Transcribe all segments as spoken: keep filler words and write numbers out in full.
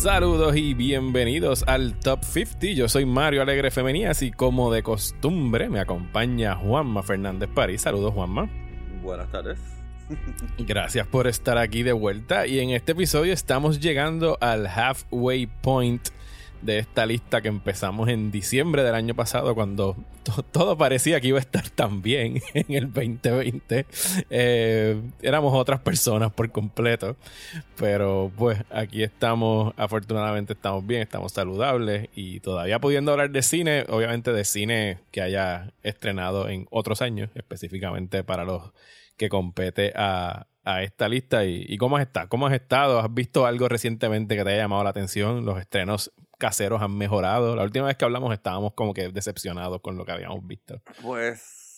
Saludos y bienvenidos al Top cincuenta. Yo soy Mario Alegre Femenías y como de costumbre me acompaña Juanma Fernández París. Saludos, Juanma. Buenas tardes. Gracias por estar aquí de vuelta y en este episodio estamos llegando al halfway point de esta lista que empezamos en diciembre del año pasado cuando to- todo parecía que iba a estar tan bien en el veinte veinte. Eh, éramos otras personas por completo, pero pues aquí estamos, afortunadamente estamos bien, estamos saludables y todavía pudiendo hablar de cine, obviamente de cine que haya estrenado en otros años, específicamente para los que compete a, a esta lista. ¿Y, y cómo has estado? ¿Cómo has estado? ¿Has visto algo recientemente que te haya llamado la atención? ¿Los estrenos caseros han mejorado? La última vez que hablamos estábamos como que decepcionados con lo que habíamos visto. Pues,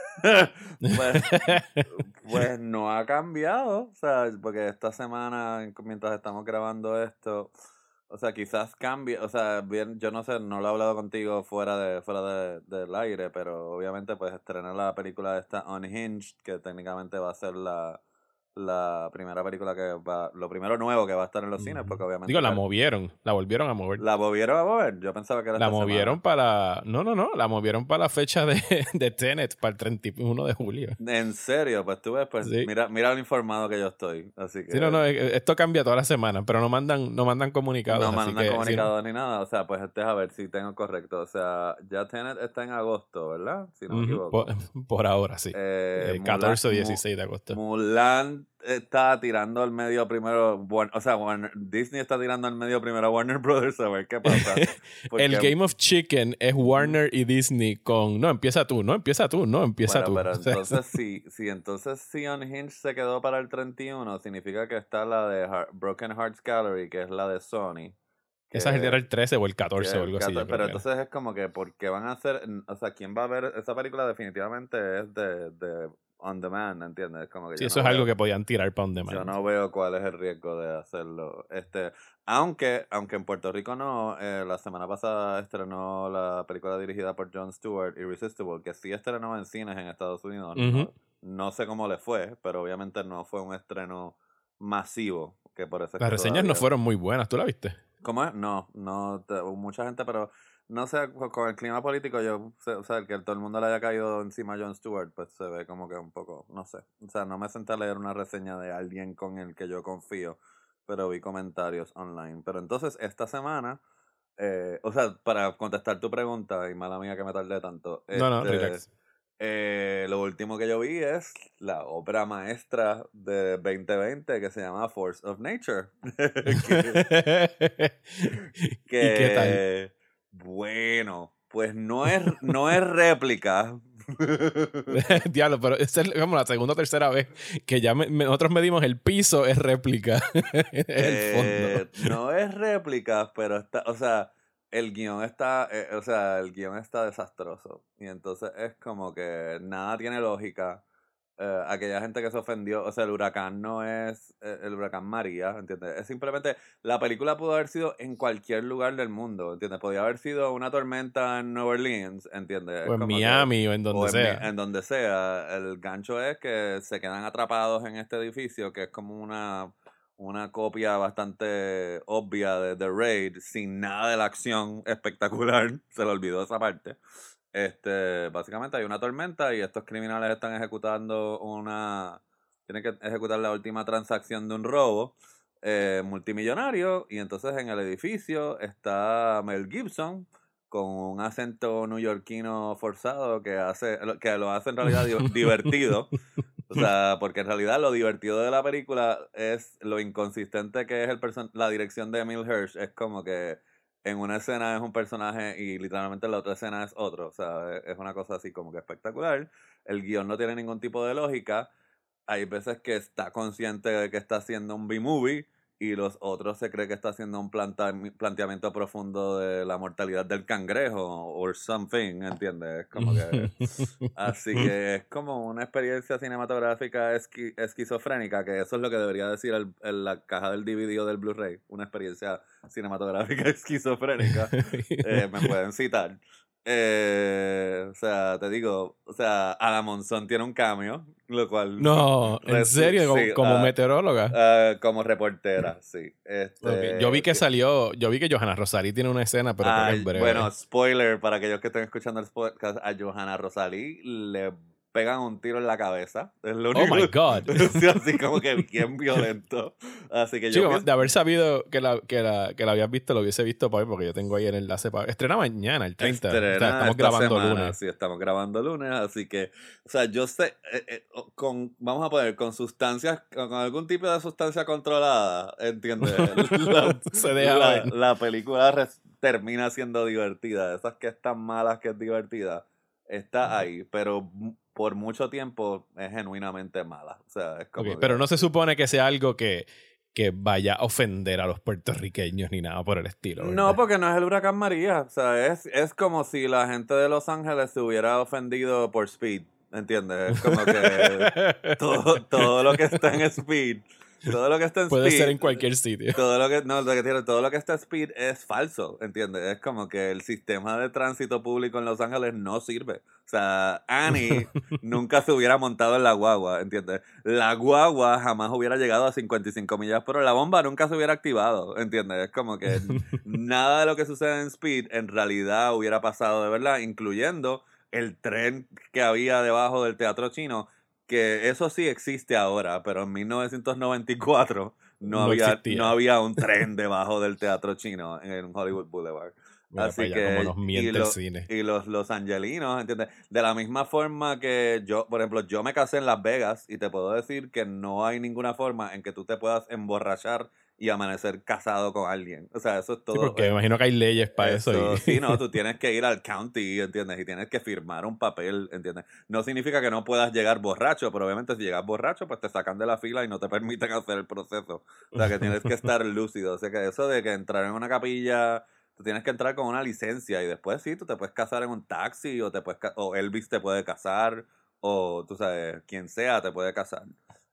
pues, pues no ha cambiado, o sea, porque esta semana, mientras estamos grabando esto, o sea, quizás cambie, o sea, bien, yo no sé, no lo he hablado contigo fuera de fuera de, del aire, pero obviamente pues estrenar la película esta Unhinged, que técnicamente va a ser la la primera película que va, lo primero nuevo que va a estar en los cines, porque obviamente... Digo, la movieron, la volvieron a mover. ¿La movieron a mover? Yo pensaba que era La esta movieron semana. para... No, no, no, la movieron para la fecha de, de Tenet, para el treinta y uno de julio. ¿En serio? Pues tú ves, pues Sí. mira, mira lo informado que yo estoy, así que... Sí, no, no, esto cambia toda la semana, pero no mandan, no mandan comunicados. No así mandan que, comunicados sí, ni nada, o sea, pues deja ver si tengo correcto, o sea, ya Tenet está en agosto, ¿verdad? Si no me uh-huh, equivoco. por, por ahora, sí. Eh, Eh, catorce o Mulan- dieciséis de agosto. Mulan está tirando al medio primero, War- o sea, Warner- Disney está tirando al medio primero a Warner Brothers a ver qué pasa. Porque, El Game of Chicken es Warner y Disney con... No, empieza tú, no, empieza tú, no, empieza bueno, tú. pero O sea, entonces si, si entonces si Unhinged se quedó para el treinta y uno, significa que está la de Heart- Broken Hearts Gallery, que es la de Sony. que- esa era el trece o el que catorce o algo así. Cata- yo creo pero que era. entonces es como que, ¿por qué van a hacer? O sea, ¿quién va a ver? Esa película definitivamente es de, de on demand, ¿entiendes? Como que Sí, yo eso no es algo veo- que podían tirar para un demand. Yo no veo cuál es el riesgo de hacerlo. Este, aunque, aunque en Puerto Rico no, eh, la semana pasada estrenó la película dirigida por Jon Stewart, Irresistible, que sí estrenó en cines en Estados Unidos. Ujú. no, no sé cómo le fue, pero obviamente no fue un estreno masivo, que por eso es Las que reseñas no todavía- fueron muy buenas, ¿tú la viste? ¿Cómo es? No, no, te- mucha gente, pero no sé, con con el clima político, yo sé, o sea, que todo el mundo le haya caído encima a Jon Stewart, pues se ve como que un poco, no sé. O sea, no me senté a leer una reseña de alguien con el que yo confío, pero vi comentarios online. Pero entonces, esta semana, eh, o sea, para contestar tu pregunta, y mala mía que me tardé tanto, No, no, este, relax. eh, lo último que yo vi es la obra maestra de veinte veinte que se llama Force of Nature. que, ¿Y qué tal? que, bueno, pues no es, no es réplica. Diablo, pero esa es como la segunda o tercera vez que ya me- me- nosotros medimos el piso, es réplica. Es el Eh, fondo. no es réplica, pero está, o sea, el guión está, eh, o sea, el guión está desastroso. Y entonces es como que nada tiene lógica. Eh, aquella gente que se ofendió, o sea, el huracán no es eh, el huracán María, ¿entiendes? Es simplemente, la película pudo haber sido en cualquier lugar del mundo, ¿entiendes? Podía haber sido una tormenta en Nueva Orleans, ¿entiendes? Es O en como que- Miami o en donde o en, sea. mi- en donde sea. El gancho es que se quedan atrapados en este edificio, que es como una, una copia bastante obvia de The Raid, sin nada de la acción espectacular. Se le olvidó esa parte. Este, básicamente hay una tormenta y estos criminales están ejecutando una... Tienen que ejecutar la última transacción de un robo eh, multimillonario, y entonces en el edificio está Mel Gibson con un acento neoyorquino forzado que hace que lo hace en realidad di- divertido. O sea, porque en realidad lo divertido de la película es lo inconsistente que es el person la dirección de Emil Hirsch. Es como que en una escena es un personaje y literalmente en la otra escena es otro. O sea, es una cosa así como que espectacular. El guión no tiene ningún tipo de lógica. Hay veces que está consciente de que está haciendo un B-movie y los otros se cree que está haciendo un planta planteamiento profundo de la mortalidad del cangrejo o something, ¿entiendes? Es como que... Así que es como una experiencia cinematográfica esqui esquizofrénica, que eso es lo que debería decir el, el, la caja del D V D o del Blu-ray, una experiencia cinematográfica esquizofrénica. Eh, me pueden citar. Eh, o sea, te digo, o sea, Ada Monzón tiene un cameo, lo cual... No, ¿en serio? ¿Como, sí, como uh, meteoróloga? Uh, como reportera, sí. Este, Okay. Yo vi que sí. salió, yo vi que Johanna Rosalí tiene una escena, pero ah, creo que es breve. Bueno, spoiler para aquellos que estén escuchando el podcast, a Johanna Rosalí le pegan un tiro en la cabeza. Es lo único. Oh my God. Sí, así como que bien violento. Así que yo Chico, pienso... de haber sabido que la, que, la, que la habías visto, lo hubiese visto para hoy, porque yo tengo ahí el enlace para... Estrena mañana, el treinta. Estrena O sea, estamos esta grabando semana, lunes. sí, estamos grabando lunes, así que, o sea, yo sé, eh, eh, con, vamos a poner, con sustancias, con, con algún tipo de sustancia controlada, ¿entiendes? La, Se deja la, ver. la película res- termina siendo divertida, esas que están malas que es divertida, está ahí, pero m- por mucho tiempo es genuinamente mala, o sea, es como Okay, que... pero no se supone que sea algo que, que vaya a ofender a los puertorriqueños ni nada por el estilo, ¿verdad? No, porque no es el huracán María. O sea, es, es como si la gente de Los Ángeles se hubiera ofendido por Speed. ¿Entiendes? Es como que todo, todo lo que está en Speed, todo lo que está en Puede Speed, ser en cualquier sitio. todo lo que, no, lo que tiene, todo lo que está en Speed es falso, ¿entiendes? Es como que el sistema de tránsito público en Los Ángeles no sirve. O sea, Annie nunca se hubiera montado en la guagua, ¿entiendes? La guagua jamás hubiera llegado a cincuenta y cinco millas por hora. La bomba nunca se hubiera activado, ¿entiendes? Es como que nada de lo que sucede en Speed en realidad hubiera pasado de verdad, incluyendo el tren que había debajo del Teatro Chino, que eso sí existe ahora, pero en mil novecientos noventa y cuatro no, No había, existía. no había un tren debajo del Teatro Chino en Hollywood Boulevard. Mira Así para allá, que, como nos y, miente lo- el cine. y los, los angelinos, ¿entiendes? De la misma forma que yo, por ejemplo, yo me casé en Las Vegas y te puedo decir que no hay ninguna forma en que tú te puedas emborrachar y amanecer casado con alguien. O sea, eso es todo. Sí, porque eh, me imagino que hay leyes para eso. eso, Y... sí, no, tú tienes que ir al county, ¿entiendes? Y tienes que firmar un papel, ¿entiendes? No significa que no puedas llegar borracho, pero obviamente si llegas borracho, pues te sacan de la fila y no te permiten hacer el proceso. O sea, que tienes que estar lúcido. O sea, que eso de que entrar en una capilla, tú tienes que entrar con una licencia y después sí, tú te puedes casar en un taxi o, te puedes ca- o Elvis te puede casar o, tú sabes, quien sea te puede casar.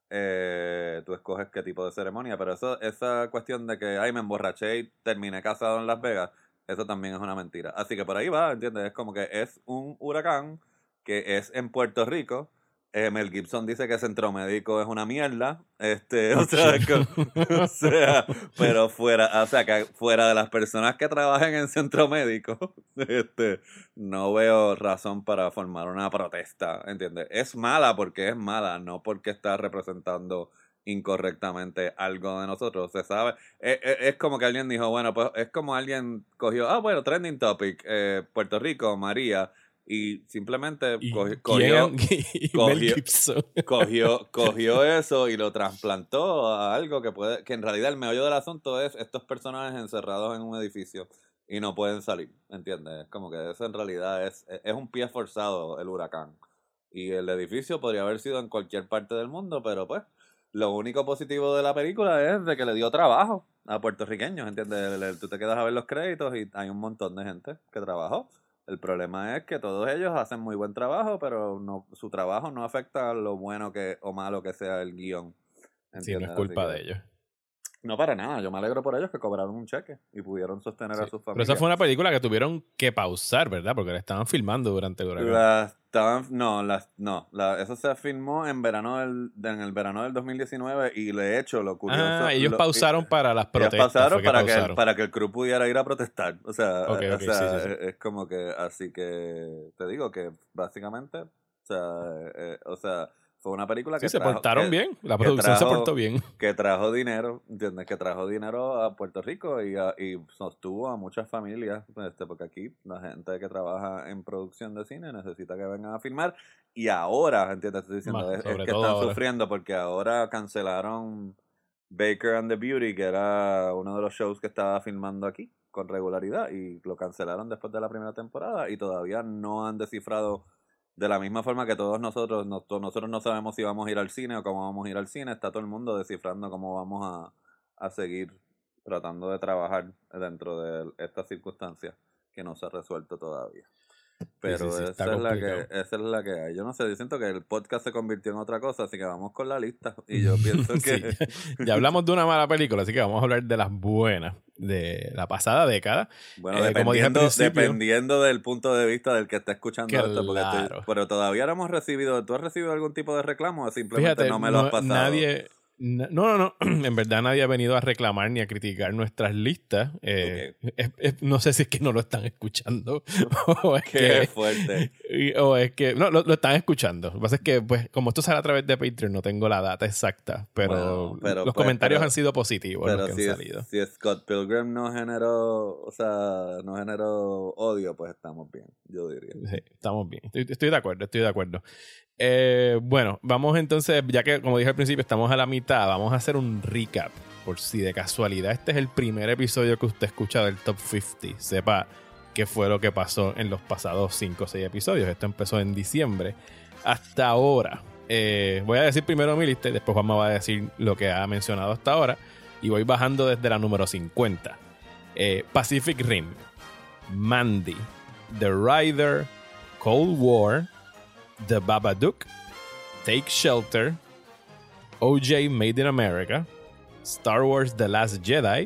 Eh, tú escoges qué tipo de ceremonia, pero eso, esa cuestión de que, ay, me emborraché y terminé casado en Las Vegas, eso también es una mentira. Así que por ahí va, ¿entiendes? Es como que es un huracán que es en Puerto Rico. Eh, Mel Gibson dice que Centro Médico es una mierda. Este, o sea, co- o sea, pero fuera, o sea, que fuera de las personas que trabajen en Centro Médico, este, no veo razón para formar una protesta, ¿entiendes? Es mala porque es mala, no porque está representando incorrectamente algo de nosotros, se sabe. Es, es- es como que alguien dijo, bueno, pues es como alguien cogió, ah, bueno, trending topic, eh, Puerto Rico, María, y simplemente ¿Y cogi- quién? cogió, y Mel cogió, Gibson. cogió, cogió eso y lo trasplantó a algo que puede, que en realidad el meollo del asunto es estos personajes encerrados en un edificio y no pueden salir, ¿entiendes? Es como que eso en realidad es, es un pie forzado el huracán. Y el edificio podría haber sido en cualquier parte del mundo, pero pues lo único positivo de la película es de que le dio trabajo a puertorriqueños, ¿entiendes? Le- Tú te quedas a ver los créditos y hay un montón de gente que trabajó. El problema es que todos ellos hacen muy buen trabajo, pero no, su trabajo no afecta lo bueno que o malo que sea el guión. Sí, no es ¿Entiendes? Así culpa que de ellos. no para nada. Yo me alegro por ellos que cobraron un cheque y pudieron sostener a Sí. sus Pero esa familias. fue una película que tuvieron que pausar, ¿verdad? Porque la estaban filmando durante el huracán. La estaban, no, las, no, la, eso se filmó en verano del, de- en el verano del dos mil diecinueve y de hecho lo curioso, Ah, ellos lo- pausaron y- para las ellos protestas. pasaron Fue que para que, el, pausaron. para que el crew pudiera ir a protestar, o sea, Ok, o ok, sea, sí, sí, sí. Es, es como que, así que te digo que básicamente, o sea, eh, o sea, fue una película Sí, que se trajo, portaron que, bien. La que producción se trajo, portó bien. que trajo dinero, ¿entiendes? Que trajo dinero a Puerto Rico y, a- y sostuvo a muchas familias, este, porque aquí la gente que trabaja en producción de cine necesita que vengan a filmar y ahora, ¿entiendes? Estoy diciendo, Más, es, es sobre que todo están ahora. sufriendo porque ahora cancelaron Baker and the Beauty, que era uno de los shows que estaba filmando aquí con regularidad y lo cancelaron después de la primera temporada y todavía no han descifrado de la misma forma que todos nosotros, no- todos nosotros no sabemos si vamos a ir al cine o cómo vamos a ir al cine, está todo el mundo descifrando cómo vamos a, a seguir tratando de trabajar dentro de estas circunstancias que no se ha resuelto todavía. Pero sí, sí, sí, esa, es la que, esa es la que hay. Yo no sé, yo siento que el podcast se convirtió en otra cosa, así que vamos con la lista. Y yo pienso que... sí, ya, ya hablamos de una mala película, así que vamos a hablar de las buenas de la pasada década. Bueno, eh, dependiendo, como dije al principio, dependiendo del punto de vista del que está escuchando claro. esto. Porque estoy, pero todavía no hemos recibido... ¿Tú has recibido algún tipo de reclamo o simplemente Fíjate, no me lo no, has pasado? Nadie... No, no, no. En verdad nadie ha venido a reclamar ni a criticar nuestras listas. Eh, okay. es, es, no sé si es que no lo están escuchando. o es Qué que, fuerte. O es que... No, lo, lo están escuchando. Lo que pasa es que, pues, como esto sale a través de Patreon, no tengo la data exacta. Pero, bueno, pero los pues, comentarios pero, han sido positivos pero los que si han salido. Es, si Scott Pilgrim no generó... O sea, no generó odio, pues estamos bien, yo diría. Sí, estamos bien. Estoy, estoy de acuerdo, estoy de acuerdo. Eh, bueno, vamos entonces, ya que como dije al principio estamos a la mitad, vamos a hacer un recap por si de casualidad este es el primer episodio que usted escucha del Top cincuenta, sepa qué fue lo que pasó en los pasados cinco o seis episodios. Esto empezó en diciembre hasta ahora. Eh, voy a decir primero mi lista y después Juanma va a decir lo que ha mencionado hasta ahora y voy bajando desde la número cincuenta. eh, Pacific Rim, Mandy, The Rider, Cold War, The Babadook, Take Shelter, O J Made in America, Star Wars The Last Jedi,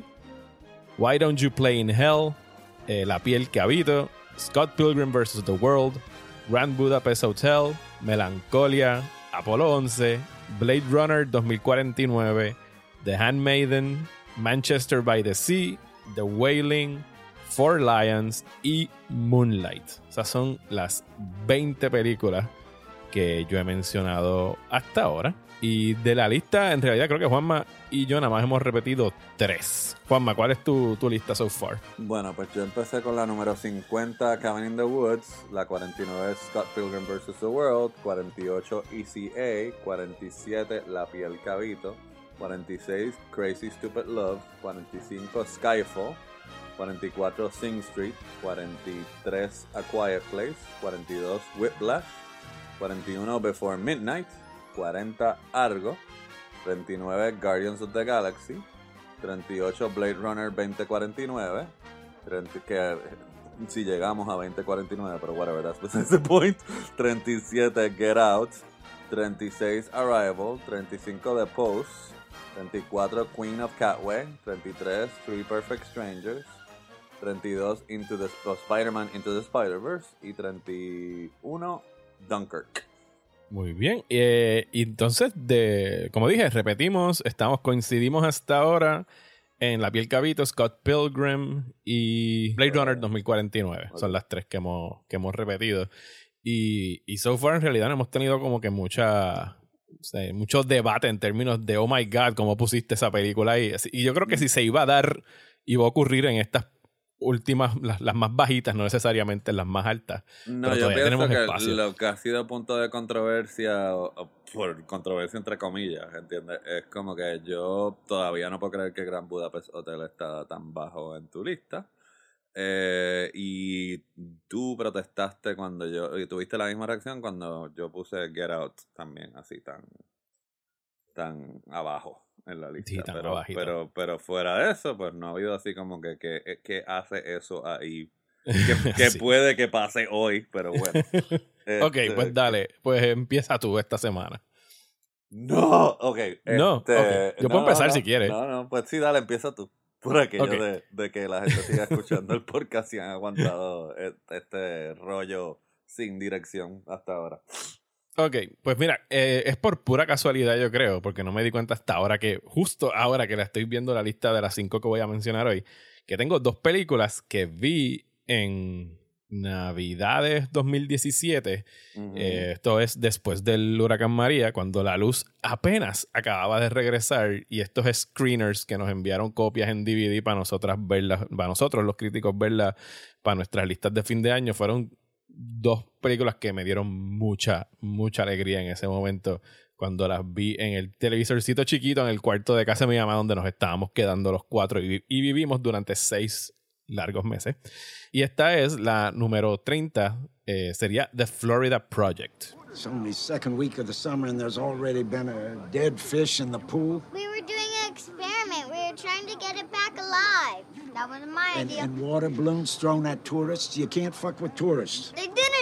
Why Don't You Play in Hell, eh, La Piel que Habito, Scott Pilgrim versus The World, Grand Budapest Hotel, Melancholia, Apolo once, Blade Runner dos mil cuarenta y nueve, The Handmaiden, Manchester by the Sea, The Wailing, Four Lions y Moonlight. Esas son las veinte películas que yo he mencionado hasta ahora. Y de la lista, en realidad creo que Juanma y yo nada más hemos repetido tres. Juanma, ¿cuál es tu, tu lista so far? Bueno, pues yo empecé con la número cincuenta, Cabin in the Woods, la cuarenta y nueve, Scott Pilgrim versus The World, cuarenta y ocho, E C A, cuarenta y siete, La Piel que Habito, cuarenta y seis, Crazy Stupid Love, cuarenta y cinco, Skyfall, cuarenta y cuatro, Sing Street, cuarenta y tres, A Quiet Place, cuarenta y dos, Whiplash, cuarenta y uno, Before Midnight, cuarenta, Argo, treinta y nueve, Guardians of the Galaxy, treinta y ocho, Blade Runner veinte cuarenta y nueve, treinta, que si llegamos a veinte cuarenta y nueve, pero whatever, that's besides the point, treinta y siete, Get Out, treinta y seis, Arrival, treinta y cinco, The Post, treinta y cuatro, Queen of Catway, treinta y tres, Three Perfect Strangers, treinta y dos, Into the oh, Spider-Man Into the Spider-Verse y treinta y uno, Dunkirk. Muy bien. Eh, y entonces, de, como dije, repetimos, estamos, coincidimos hasta ahora en La Piel que Habito, Scott Pilgrim y Blade Runner dos mil cuarenta y nueve. Okay. Son las tres que hemos, que hemos repetido. Y, y so far, en realidad, hemos tenido como que mucha... O sea, mucho debate en términos de oh my god, cómo pusiste esa película ahí. Y yo creo que si se iba a dar, iba a ocurrir en estas últimas, las, las más bajitas, no necesariamente las más altas. No, pero yo pienso tenemos que espacio. Lo que ha sido punto de controversia, o, o por controversia entre comillas, ¿entiendes? Es como que yo todavía no puedo creer que Grand Budapest Hotel está tan bajo en tu lista. Eh, y tú protestaste cuando yo... Y tuviste la misma reacción cuando yo puse Get Out también, así tan... tan abajo en la lista. Sí, pero, pero, pero fuera de eso, pues no ha habido así como que, que, que hace eso ahí. Que, que sí. Puede que pase hoy, pero bueno. Este, ok, pues dale. Pues empieza tú esta semana. No, ok. No, este, okay. Yo no, puedo empezar no, si quieres. No, no, pues sí, dale, empieza tú. Por aquello okay. de, de que la gente siga escuchando el podcast y han aguantado este rollo sin dirección hasta ahora. Ok, pues mira, eh, es por pura casualidad yo creo, porque no me di cuenta hasta ahora que, justo ahora que la estoy viendo la lista de las cinco que voy a mencionar hoy, que tengo dos películas que vi en Navidades dos mil diecisiete. Uh-huh. Eh, esto es después del huracán María, cuando la luz apenas acababa de regresar y estos screeners que nos enviaron copias en D V D para nosotras verlas, para nosotros los críticos verlas para nuestras listas de fin de año, fueron dos películas que me dieron mucha, mucha alegría en ese momento cuando las vi en el televisorcito chiquito en el cuarto de casa de mi mamá donde nos estábamos quedando los cuatro y, y vivimos durante seis largos meses. Y esta es la número treinta, eh, sería The Florida Project. It's only second week of the summer and there's already been a dead fish in the pool. We were doing an experiment. We were trying to get it back alive. That wasn't my and, idea. And water balloons thrown at tourists. You can't fuck with tourists. They didn't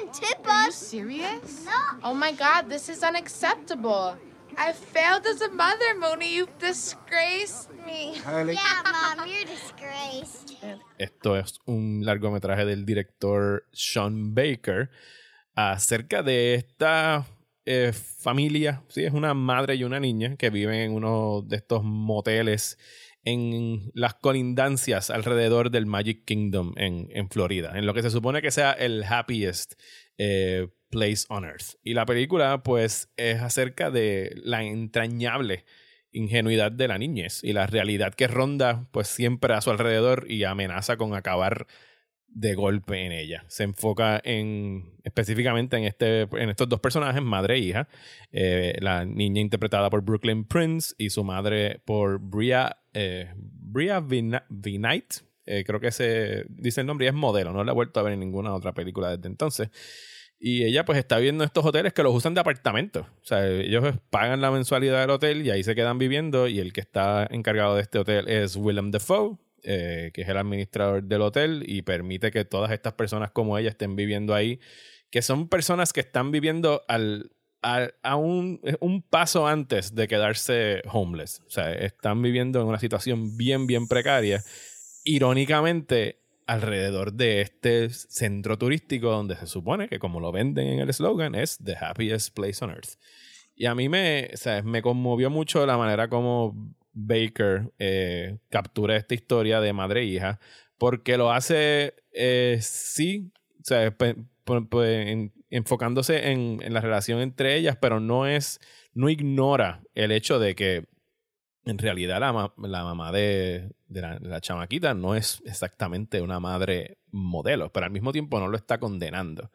Are you serious? No. Oh my God, this is unacceptable. I failed as a mother, Mooney. You've disgraced me. Harley. Yeah, Mom, you're disgraced. Esto es un largometraje del director Sean Baker acerca de esta eh, familia. Sí, es una madre y una niña que viven en uno de estos moteles en las colindancias alrededor del Magic Kingdom en, en Florida, en lo que se supone que sea el happiest eh, place on earth. Y la película pues es acerca de la entrañable ingenuidad de la niñez y la realidad que ronda pues siempre a su alrededor y amenaza con acabar de golpe en ella. Se enfoca en específicamente en, este, en estos dos personajes, madre e hija. Eh, la niña interpretada por Brooklyn Prince y su madre por Bria, eh, Bria V-Knight. Eh, creo que se dice el nombre y es modelo. No la he vuelto a ver en ninguna otra película desde entonces. Y ella pues está viviendo en estos hoteles que los usan de apartamento. O sea, ellos pagan la mensualidad del hotel y ahí se quedan viviendo. Y el que está encargado de este hotel es Willem Dafoe, eh, que es el administrador del hotel y permite que todas estas personas como ella estén viviendo ahí, que son personas que están viviendo al, al, a un, un paso antes de quedarse homeless. O sea, están viviendo en una situación bien, bien precaria. Irónicamente, alrededor de este centro turístico donde se supone que, como lo venden en el eslogan, es The Happiest Place on Earth. Y a mí me, o sea, me conmovió mucho la manera como Baker eh, captura esta historia de madre e hija, porque lo hace eh, sí, o sea, pe, pe, pe, en, enfocándose en, en la relación entre ellas, pero no es, no ignora el hecho de que en realidad la, la mamá de, de, la, de la chamaquita no es exactamente una madre modelo, pero al mismo tiempo no lo está condenando.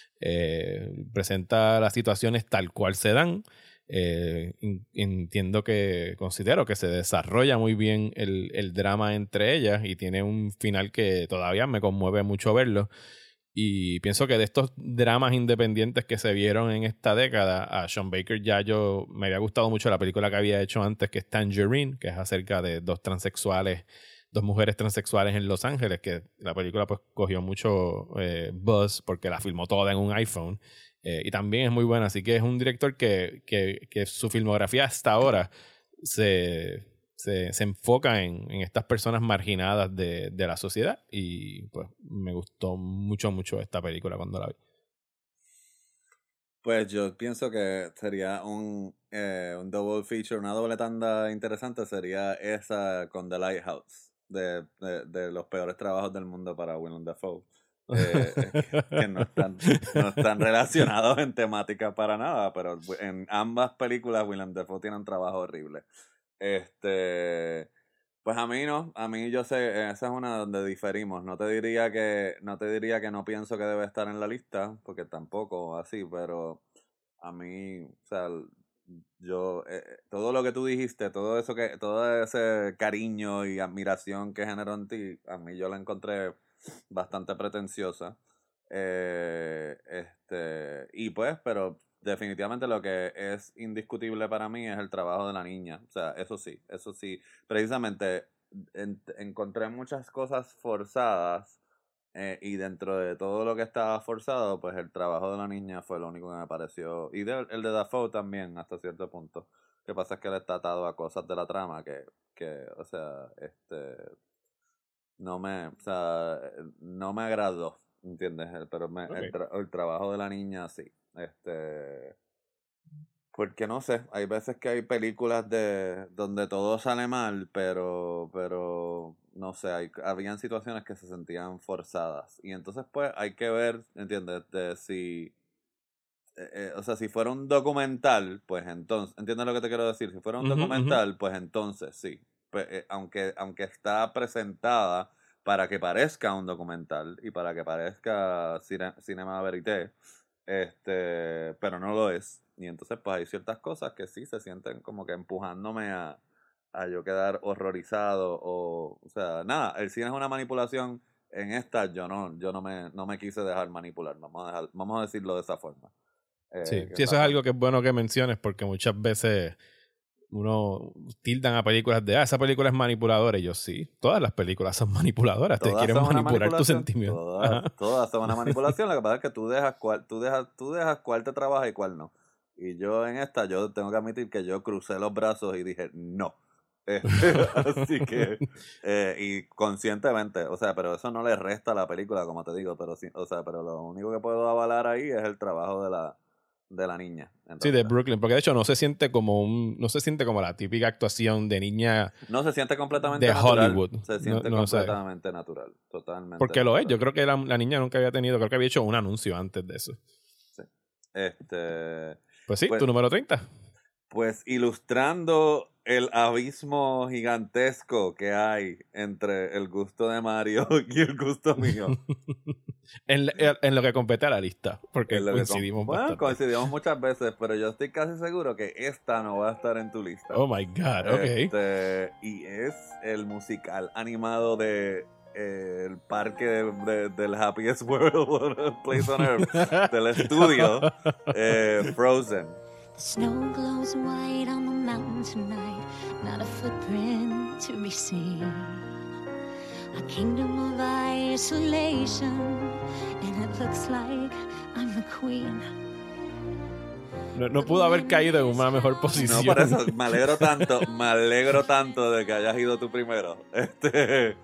Eh, presenta las situaciones tal cual se dan. Eh, entiendo que, considero que se desarrolla muy bien el, el drama entre ellas y tiene un final que todavía me conmueve mucho verlo. Y pienso que de estos dramas independientes que se vieron en esta década, a Sean Baker ya yo me había gustado mucho la película que había hecho antes, que es Tangerine, que es acerca de dos transexuales, dos mujeres transexuales en Los Ángeles, que la película pues cogió mucho eh, buzz porque la filmó toda en un iPhone. Eh, y también es muy buena, así que es un director que, que, que su filmografía hasta ahora se... Se, se enfoca en, en estas personas marginadas de, de la sociedad y pues me gustó mucho mucho esta película cuando la vi. Pues yo pienso que sería un, eh, un double feature, una doble tanda interesante sería esa con The Lighthouse, de, de, de los peores trabajos del mundo para Willem Dafoe. Eh, que, que no están, no están relacionados en temática para nada, pero en ambas películas Willem Dafoe tiene un trabajo horrible. Este, pues a mí no, a mí yo sé, esa es una donde diferimos. No te diría que, no te diría que no pienso que debe estar en la lista, porque tampoco así, pero a mí, o sea, yo, eh, todo lo que tú dijiste, todo eso que, todo ese cariño y admiración que generó en ti, a mí yo la encontré bastante pretenciosa. Eh, este, y pues, pero definitivamente lo que es indiscutible para mí es el trabajo de la niña. O sea, eso sí, eso sí. Precisamente en, encontré muchas cosas forzadas eh, y dentro de todo lo que estaba forzado, pues el trabajo de la niña fue lo único que me pareció. Y de, el de Dafoe también, hasta cierto punto. Lo que pasa es que él está atado a cosas de la trama que, que o sea, este... No me, o sea, no me agradó, ¿entiendes? Pero me, okay. el, tra el trabajo de la niña sí. Este, porque no sé, hay veces que hay películas de donde todo sale mal, pero, pero no sé, hay, habían situaciones que se sentían forzadas. Y entonces pues hay que ver, ¿entiendes? De si, eh, eh, o sea, si fuera un documental, pues entonces, ¿entiendes lo que te quiero decir? Si fuera un uh-huh, documental, uh-huh. pues entonces sí. Pues, eh, aunque, aunque está presentada para que parezca un documental y para que parezca cine, cinema verité, este, pero no lo es. Y entonces pues hay ciertas cosas que sí se sienten como que empujándome a, a yo quedar horrorizado o, o sea, nada, el cine es una manipulación. En esta yo no, yo no me, no me quise dejar manipular, vamos a, dejar, vamos a decirlo de esa forma. Eh, sí, sí, eso es algo que es bueno que menciones porque muchas veces uno tildan a películas de, ah, esa película es manipuladora. Y yo, sí, todas las películas son manipuladoras. Te Todas quieren son una manipular tus manipulación. sentimientos. Todas, Ajá. todas son una manipulación. Lo que pasa es que tú dejas cuál, tú dejas, tú dejas cuál te trabaja y cuál no. Y yo en esta, yo tengo que admitir que yo crucé los brazos y dije, no. Este, así que, eh, y conscientemente, o sea, pero eso no le resta a la película, como te digo, pero sí, o sea, pero lo único que puedo avalar ahí es el trabajo de la, de la niña. Sí, de Brooklyn, porque de hecho no se siente como un, no se siente como la típica actuación de niña. No se siente completamente de natural. Hollywood. Se siente No- no sé. completamente natural, totalmente. Porque lo es, natural. yo creo que la, la niña nunca había tenido, creo que había hecho un anuncio antes de eso. Sí. Este, Pues sí, Pues- tu número treinta. pues ilustrando el abismo gigantesco que hay entre el gusto de Mario y el gusto mío. en, en lo que compete a la lista, porque Es lo que coincidimos com- bueno, bastante. coincidimos muchas veces, pero yo estoy casi seguro que esta no va a estar en tu lista. Oh my God, ok. Este, y es el musical animado de eh, el parque de- de- del Happiest World Place on Earth del estudio eh, Frozen. The snow glows white on the mountain tonight, not a footprint to be seen. A kingdom of isolation, and it looks like I'm the queen. No, no pudo haber caído en una mejor No, posición. por eso me alegro tanto, me alegro tanto de que hayas ido tú primero. Este,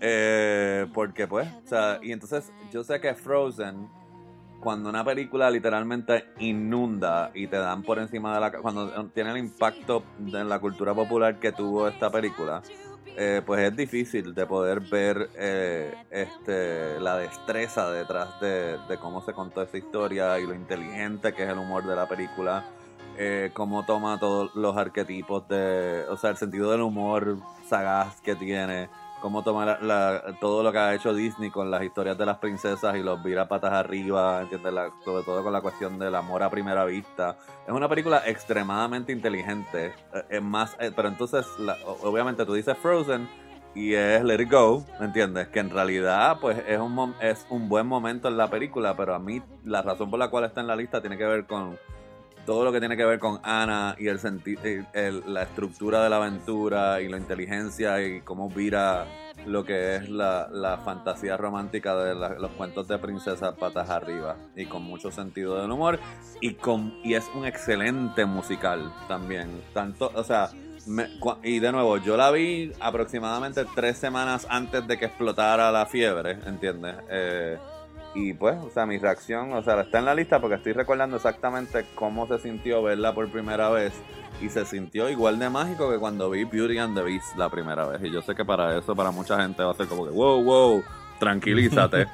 eh, porque pues, o sea, y entonces yo sé que Frozen, cuando una película literalmente inunda y te dan por encima de la... Cuando tiene el impacto en la cultura popular que tuvo esta película, eh, pues es difícil de poder ver eh, este la destreza detrás de, de cómo se contó esa historia y lo inteligente que es el humor de la película, eh, cómo toma todos los arquetipos de... O sea, el sentido del humor sagaz que tiene, cómo toma la, la- todo lo que ha hecho Disney con las historias de las princesas y los vira patas arriba, ¿entiendes? La- sobre todo con la cuestión del amor a primera vista. Es una película extremadamente inteligente, eh, es más, eh, pero entonces, la- o- obviamente tú dices Frozen y es Let It Go, ¿me entiendes? Que en realidad, pues, es un, mom- es un buen momento en la película, pero a mí la razón por la cual está en la lista tiene que ver con todo lo que tiene que ver con Anna y el senti- el- el- la estructura de la aventura y la inteligencia y cómo vira lo que es la, la fantasía romántica de la- los cuentos de princesa patas arriba, y con mucho sentido del humor, y con y es un excelente musical también, tanto, o sea, me- cua- y de nuevo, yo la vi aproximadamente tres semanas antes de que explotara la fiebre, ¿entiendes? Eh, y pues, o sea, mi reacción, o sea, está en la lista porque estoy recordando exactamente cómo se sintió verla por primera vez. Y se sintió igual de mágico que cuando vi Beauty and the Beast la primera vez. Y yo sé que para eso, para mucha gente va a ser como que, wow, wow, tranquilízate.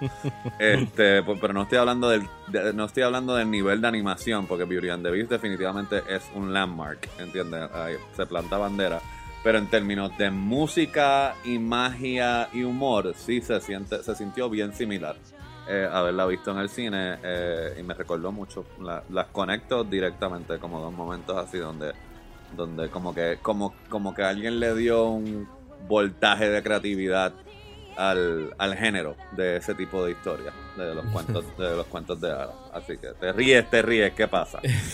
este, pues, pero no estoy hablando del, de- no estoy hablando del nivel de animación, porque Beauty and the Beast definitivamente es un landmark, ¿entiendes? Ahí se planta bandera. Pero en términos de música y magia y humor, sí se siente, se sintió bien similar. Eh, haberla visto en el cine, eh, y me recordó mucho. La- las conecto directamente, como dos momentos así donde, donde como que, como, como que alguien le dio un voltaje de creatividad al, al género de ese tipo de historias, de los cuentos, de los cuentos de hadas. Así que te ríes, te ríes, ¿qué pasa?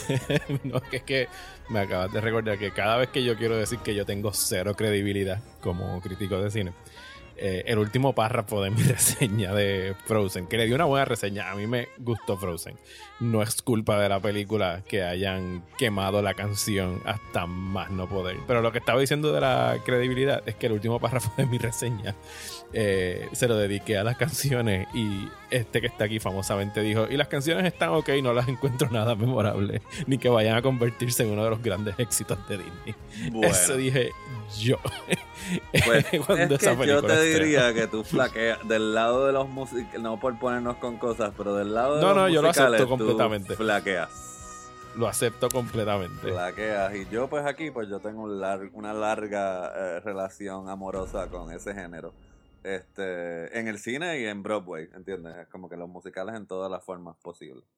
No, que es que me acabas de recordar que cada vez que yo quiero decir que yo tengo cero credibilidad como crítico de cine, eh, el último párrafo de mi reseña de Frozen, que le dio una buena reseña, a mí me gustó Frozen, no es culpa de la película que hayan quemado la canción hasta más no poder, pero lo que estaba diciendo de la credibilidad es que el último párrafo de mi reseña eh, se lo dediqué a las canciones, y este que está aquí famosamente dijo, y las canciones están ok, no las encuentro nada memorable ni que vayan a convertirse en uno de los grandes éxitos de Disney. Bueno. Eso dije yo. Pues, Cuando es esa que yo película te estrena. diría que tú flaqueas del lado de los musicales, no por ponernos con cosas, pero del lado de No, los no, yo lo musicales acepto tú completamente. flaqueas. Lo acepto completamente. Flaqueas. Y yo pues aquí pues yo tengo un lar- una larga eh, relación amorosa con ese género. Este, en el cine y en Broadway, ¿entiendes? Es como que los musicales en todas las formas posibles.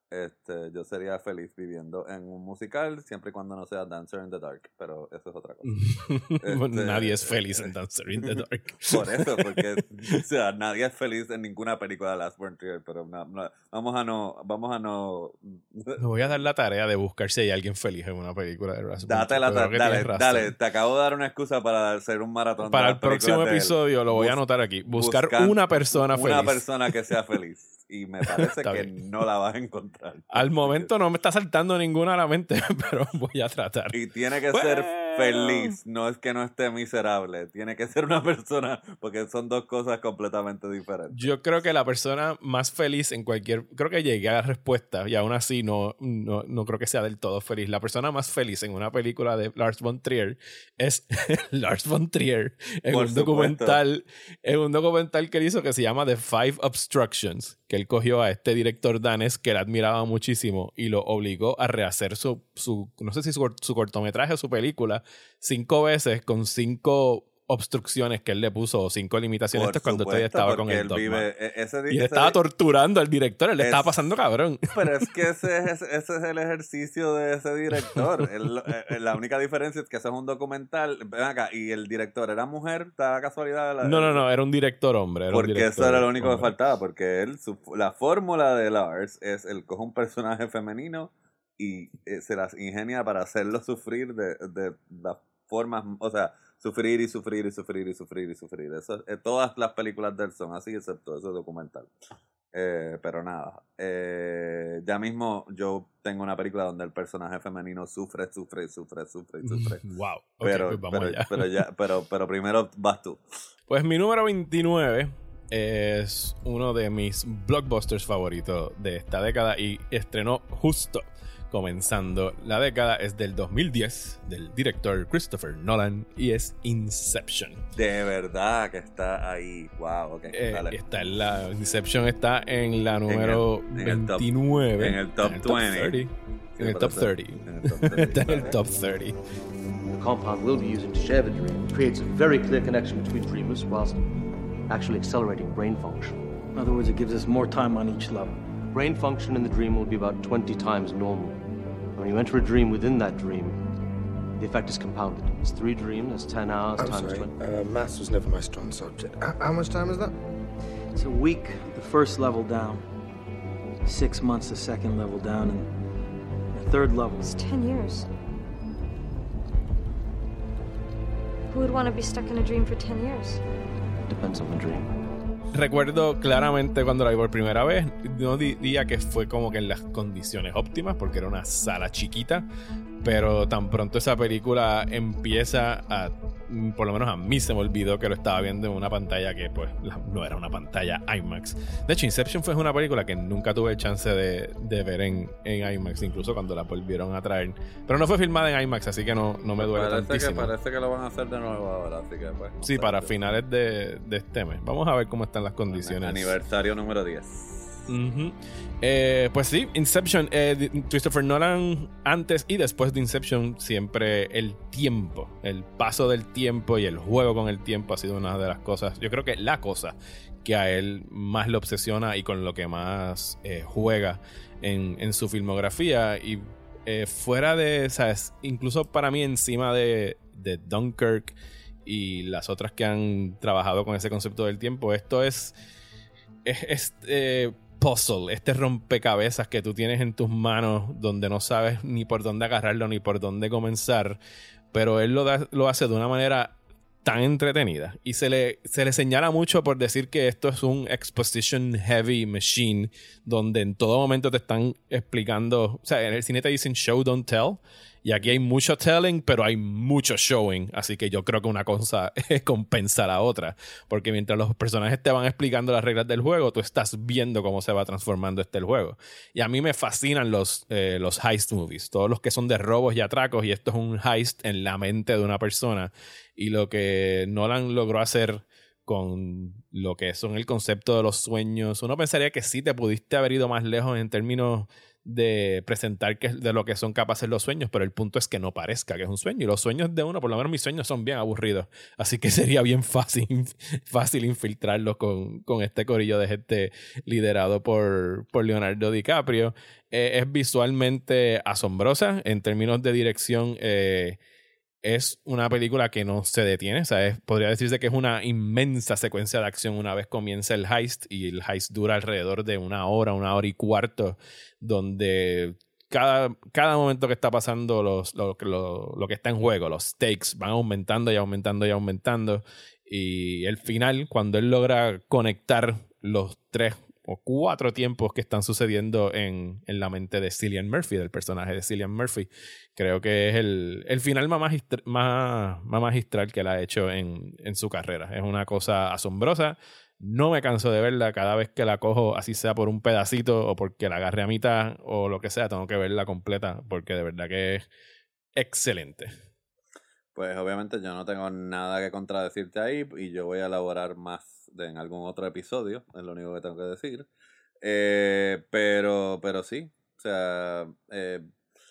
este, yo sería feliz viviendo en un musical siempre y cuando no sea Dancer in the Dark, pero eso es otra cosa. Este, nadie es eh, feliz en Dancer in the Dark. Por eso, porque o sea, nadie es feliz en ninguna película de Lars von Trier, pero no, no, vamos a no, vamos a no. Me voy a dar la tarea de buscar si hay alguien feliz en una película de Lars von Trier. Date la Creo ta- que dale, tienes razón. dale, te acabo de dar una excusa para hacer un maratón. Para de el las películas próximo de él. episodio lo voy a Bus- anotar aquí. Buscar buscan una persona feliz. Una persona que sea feliz. Y me parece Está que bien. no la vas a encontrar. Al momento no me está saltando ninguna a la mente, pero voy a tratar. Y tiene que Bueno. ser feliz, no es que no esté miserable. Tiene que ser una persona, porque son dos cosas completamente diferentes. Yo creo que la persona más feliz en cualquier... Creo que llegué a la respuesta y aún así no, no, no creo que sea del todo feliz. La persona más feliz en una película de Lars von Trier es Lars von Trier en Por un supuesto. documental en un documental que él hizo que se llama The Five Obstructions, que él cogió a este director danés que él admiraba muchísimo y lo obligó a rehacer su, su no sé si su, su cortometraje o su película cinco veces con cinco obstrucciones que él le puso o cinco limitaciones. Por Esto es cuando supuesto, usted estaba con porque el él Dogma. vive e- ese, Y él ese- estaba torturando al director, él le Es- estaba pasando cabrón. Pero es que ese es, ese es el ejercicio de ese director. Él- eh, la única diferencia es que eso es un documental. Ven acá, y el director era mujer, ¿está la casualidad? La- No, no, no, era un director hombre. Era un Porque director eso era lo único que hombre. faltaba, porque él, su- la fórmula de Lars es él coge un personaje femenino y eh, se las ingenia para hacerlo sufrir de, de las formas, o sea, sufrir y sufrir y sufrir y sufrir y sufrir. Eso, eh, todas las películas de él son así, excepto ese documental. Eh, pero nada, eh, ya mismo yo tengo una película donde el personaje femenino sufre, sufre, sufre, sufre y sufre. Wow. Ok, Pero, pues vamos pero, allá. pero, ya, pero, pero primero vas tú. Pues mi número veintinueve es uno de mis blockbusters favoritos de esta década y estrenó justo comenzando la década. Es del dos mil diez, del director Christopher Nolan, y es Inception. De verdad que está ahí. Wow, ok. Eh, dale. está en la Inception está en la número en el top- veintinueve. en el top Está veinte. En el top Sí, treinta. en el top treinta. Está en el top treinta. The compound we'll be using to share the dream creates a very clear connection between dreamers whilst actually accelerating brain function. In other words, it gives us more time on each level. Brain function in the dream will be about twenty times normal. When you enter a dream within that dream, the effect is compounded. It's three dreams, that's ten hours I'm times sorry, twenty. uh, maths was never my strong subject. H- how much time is that? It's a week, the first level down. Six months, the second level down. And the third level. It's ten years. Who would want to be stuck in a dream for ten years? Depends on the dream. Recuerdo claramente cuando la vi por primera vez. No diría que fue como que en las condiciones óptimas, porque era una sala chiquita. Pero tan pronto esa película empieza a... Por lo menos a mí se me olvidó que lo estaba viendo en una pantalla que pues no era una pantalla IMAX. De hecho, Inception fue una película que nunca tuve chance de, de ver en, en IMAX, incluso cuando la volvieron a traer. Pero no fue filmada en IMAX, así que no, no me duele Parece que, tantísimo. parece que lo van a hacer de nuevo ahora, así que pues. no Sí, sé. para finales de, de este mes. Vamos a ver cómo están las condiciones. Aniversario número diez. Ujú. Eh, pues sí, Inception, eh, de- Christopher Nolan antes y después de Inception siempre el tiempo, el paso del tiempo y el juego con el tiempo ha sido una de las cosas, yo creo que la cosa que a él más le obsesiona y con lo que más eh, juega en, en su filmografía. Y eh, fuera de, ¿sabes? Incluso para mí encima de, de Dunkirk y las otras que han trabajado con ese concepto del tiempo, esto es es este puzzle, este rompecabezas que tú tienes en tus manos donde no sabes ni por dónde agarrarlo ni por dónde comenzar, pero él lo, da, lo hace de una manera tan entretenida y se le, se le señala mucho por decir que esto es un exposition heavy machine donde en todo momento te están explicando, o sea, en el cine te dicen show don't tell y aquí hay mucho telling pero hay mucho showing, así que yo creo que una cosa compensa a la otra, porque mientras los personajes te van explicando las reglas del juego, tú estás viendo cómo se va transformando este el juego. Y a mí me fascinan los, eh, los heist movies, todos los que son de robos y atracos, y esto es un heist en la mente de una persona. Y lo que Nolan logró hacer con lo que son el concepto de los sueños, uno pensaría que sí te pudiste haber ido más lejos en términos de presentar que, de lo que son capaces los sueños, pero el punto es que no parezca que es un sueño. Y los sueños de uno, por lo menos mis sueños son bien aburridos. Así que sería bien fácil, fácil infiltrarlos con, con este corillo de gente liderado por, por Leonardo DiCaprio. Eh, es visualmente asombrosa. En términos de dirección, eh, es una película que no se detiene. O sea, es, podría decirse que es una inmensa secuencia de acción una vez comienza el heist, y el heist dura alrededor de una hora, una hora y cuarto, donde cada, cada momento que está pasando, los, lo, lo, lo que está en juego, los stakes van aumentando y aumentando y aumentando. Y el final, cuando él logra conectar los tres o cuatro tiempos que están sucediendo en, en la mente de Cillian Murphy, del personaje de Cillian Murphy, creo que es el, el final más, magistra, más, más magistral que él ha hecho en, en su carrera. Es una cosa asombrosa. No me canso de verla. Cada vez que la cojo, así sea por un pedacito o porque la agarre a mitad o lo que sea, tengo que verla completa, porque de verdad que es excelente. Pues obviamente yo no tengo nada que contradecirte ahí, y yo voy a elaborar más de, en algún otro episodio, es lo único que tengo que decir. Eh, pero, pero sí, o sea, eh,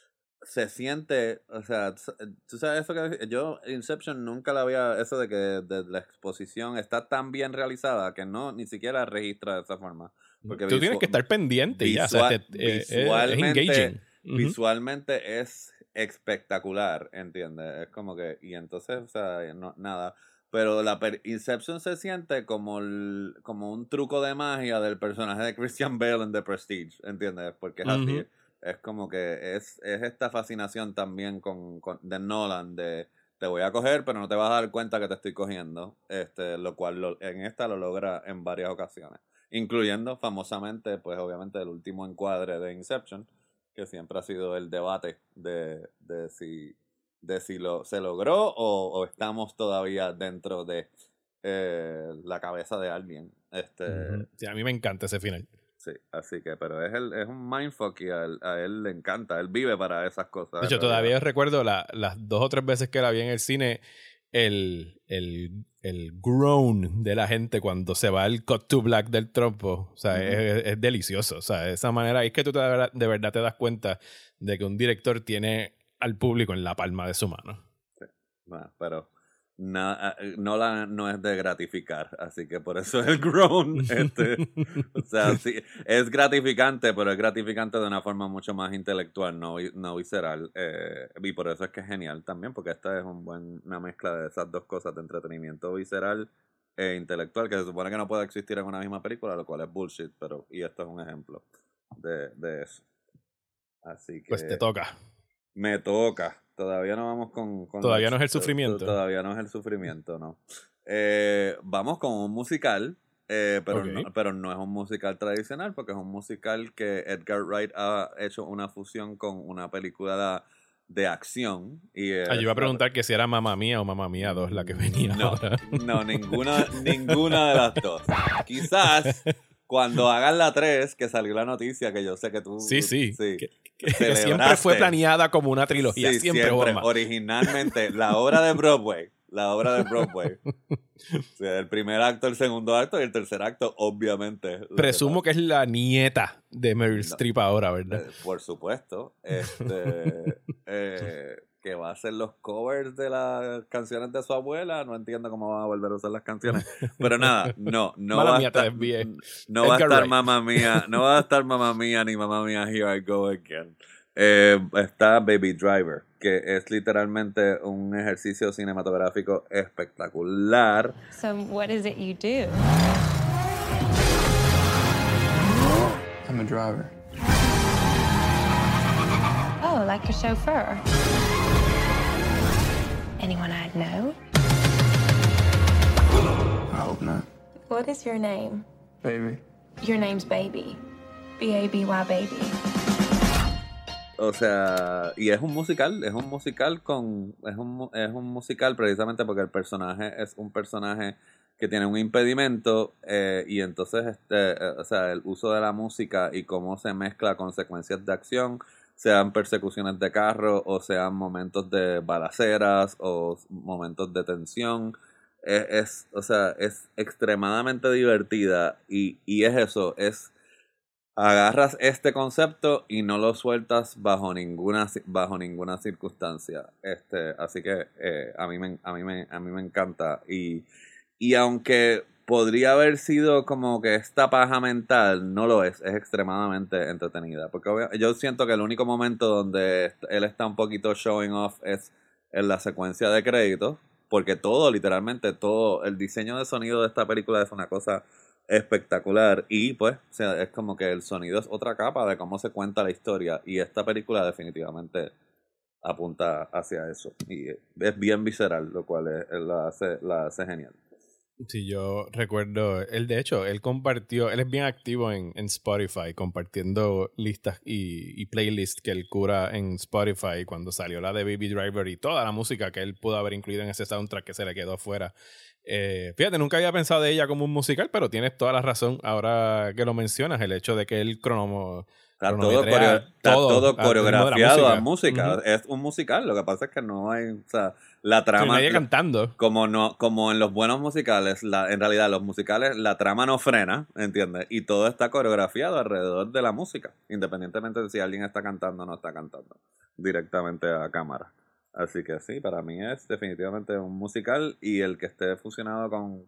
se siente, o sea, tú sabes eso que yo, Inception nunca la había, eso de que de la exposición está tan bien realizada que no, ni siquiera registra de esa forma. Porque tú visu- tienes que estar pendiente visual, ya, o sea, te, eh, visualmente, es engaging. Visualmente uh-huh. es espectacular, ¿entiendes? Es como que, y entonces, o sea, no, nada. Pero la per- Inception se siente como, el, como un truco de magia del personaje de Christian Bale en The Prestige, ¿entiendes? Porque es uh-huh. así. Es como que es, es esta fascinación también con, con de Nolan de te voy a coger, pero no te vas a dar cuenta que te estoy cogiendo. Este, lo cual lo, en esta lo logra en varias ocasiones. Incluyendo famosamente, pues obviamente, el último encuadre de Inception, que siempre ha sido el debate de, de si, de si lo, se logró o, o estamos todavía dentro de eh, la cabeza de alguien. Este, uh-huh. Sí, a mí me encanta ese final. Sí, así que, pero es, el, es un mindfuck y a él, a él le encanta, él vive para esas cosas. De hecho, todavía recuerdo la, las dos o tres veces que la vi en el cine, el, el, el groan de la gente cuando se va el cut to black del trompo. O sea, uh-huh. es, es delicioso. O sea, de esa manera es que tú te, de verdad te das cuenta de que un director tiene al público en la palma de su mano. Sí, bueno, pero na, Nolan no es de gratificar, así que por eso es el groan. Este, o sea, sí, es gratificante, pero es gratificante de una forma mucho más intelectual, no, no visceral. Eh, y por eso es que es genial también, porque esta es un buen, una mezcla de esas dos cosas, de entretenimiento visceral e intelectual, que se supone que no puede existir en una misma película, lo cual es bullshit, pero y esto es un ejemplo de, de eso. Así que pues te toca. Me toca. Todavía no vamos con... con todavía los, no es el sufrimiento. Todavía no es el sufrimiento, no. Eh, vamos con un musical, eh, pero, okay. no, pero no es un musical tradicional, porque es un musical que Edgar Wright ha hecho una fusión con una película de, de acción. Y ah, yo iba a preguntar que si era Mamma Mía o Mamma Mía dos la que venía no, ahora. No, ninguna, ninguna de las dos. Quizás... Cuando hagan la tres, que salió la noticia, que yo sé que tú... Sí, sí. sí que, que siempre fue planeada como una trilogía. Sí, siempre, siempre. Obama. Originalmente, la obra de Broadway. La obra de Broadway. O sea, el primer acto, el segundo acto y el tercer acto, obviamente. Presumo que, que es la nieta de Meryl no, Streep ahora, ¿verdad? Eh, por supuesto. Este... eh, que va a hacer los covers de las canciones de su abuela. No entiendo cómo van a volver a usar las canciones. Pero nada, no, no va a estar, no va a estar Mamma Mía, no va a estar Mamma Mía ni Mamma Mía Here I Go Again. Eh, está Baby Driver, que es literalmente un ejercicio cinematográfico espectacular. So what is it you do? I'm a driver. Oh, like a chauffeur. Anyone I'd know? I hope not. What is your name? Baby. Your name's Baby. B A B Y Baby. O sea, y es un musical, es un musical con... Es un, es un musical precisamente porque el personaje es un personaje que tiene un impedimento eh, y entonces, este, eh, o sea, el uso de la música y cómo se mezcla con secuencias de acción, sean persecuciones de carro o sean momentos de balaceras o momentos de tensión, es, es o sea, es extremadamente divertida y, y es eso, es agarras este concepto y no lo sueltas bajo ninguna bajo ninguna circunstancia. Este, así que eh, a mí me a mí me a mí me encanta y y aunque podría haber sido como que esta paja mental, no lo es, es extremadamente entretenida, porque yo siento que el único momento donde él está un poquito showing off es en la secuencia de créditos, porque todo, literalmente todo, el diseño de sonido de esta película es una cosa espectacular y pues o sea, es como que el sonido es otra capa de cómo se cuenta la historia y esta película definitivamente apunta hacia eso y es bien visceral, lo cual es, la, hace, la hace genial. Sí, yo recuerdo, él de hecho, él compartió, él es bien activo en, en Spotify, compartiendo listas y, y playlists que él cura en Spotify cuando salió la de Baby Driver y toda la música que él pudo haber incluido en ese soundtrack que se le quedó afuera. Eh, fíjate, nunca había pensado de ella como un musical, pero tienes toda la razón ahora que lo mencionas, el hecho de que él cronomo... Está todo, coreo, está todo, todo coreografiado a música. Uh-huh. Es un musical. Lo que pasa es que no hay, o sea, la trama. Sí, nadie cantando. Como no, como en los buenos musicales, la, en realidad los musicales, la trama no frena, ¿entiendes? Y todo está coreografiado alrededor de la música, independientemente de si alguien está cantando o no está cantando, directamente a cámara. Así que sí, para mí es definitivamente un musical y el que esté fusionado con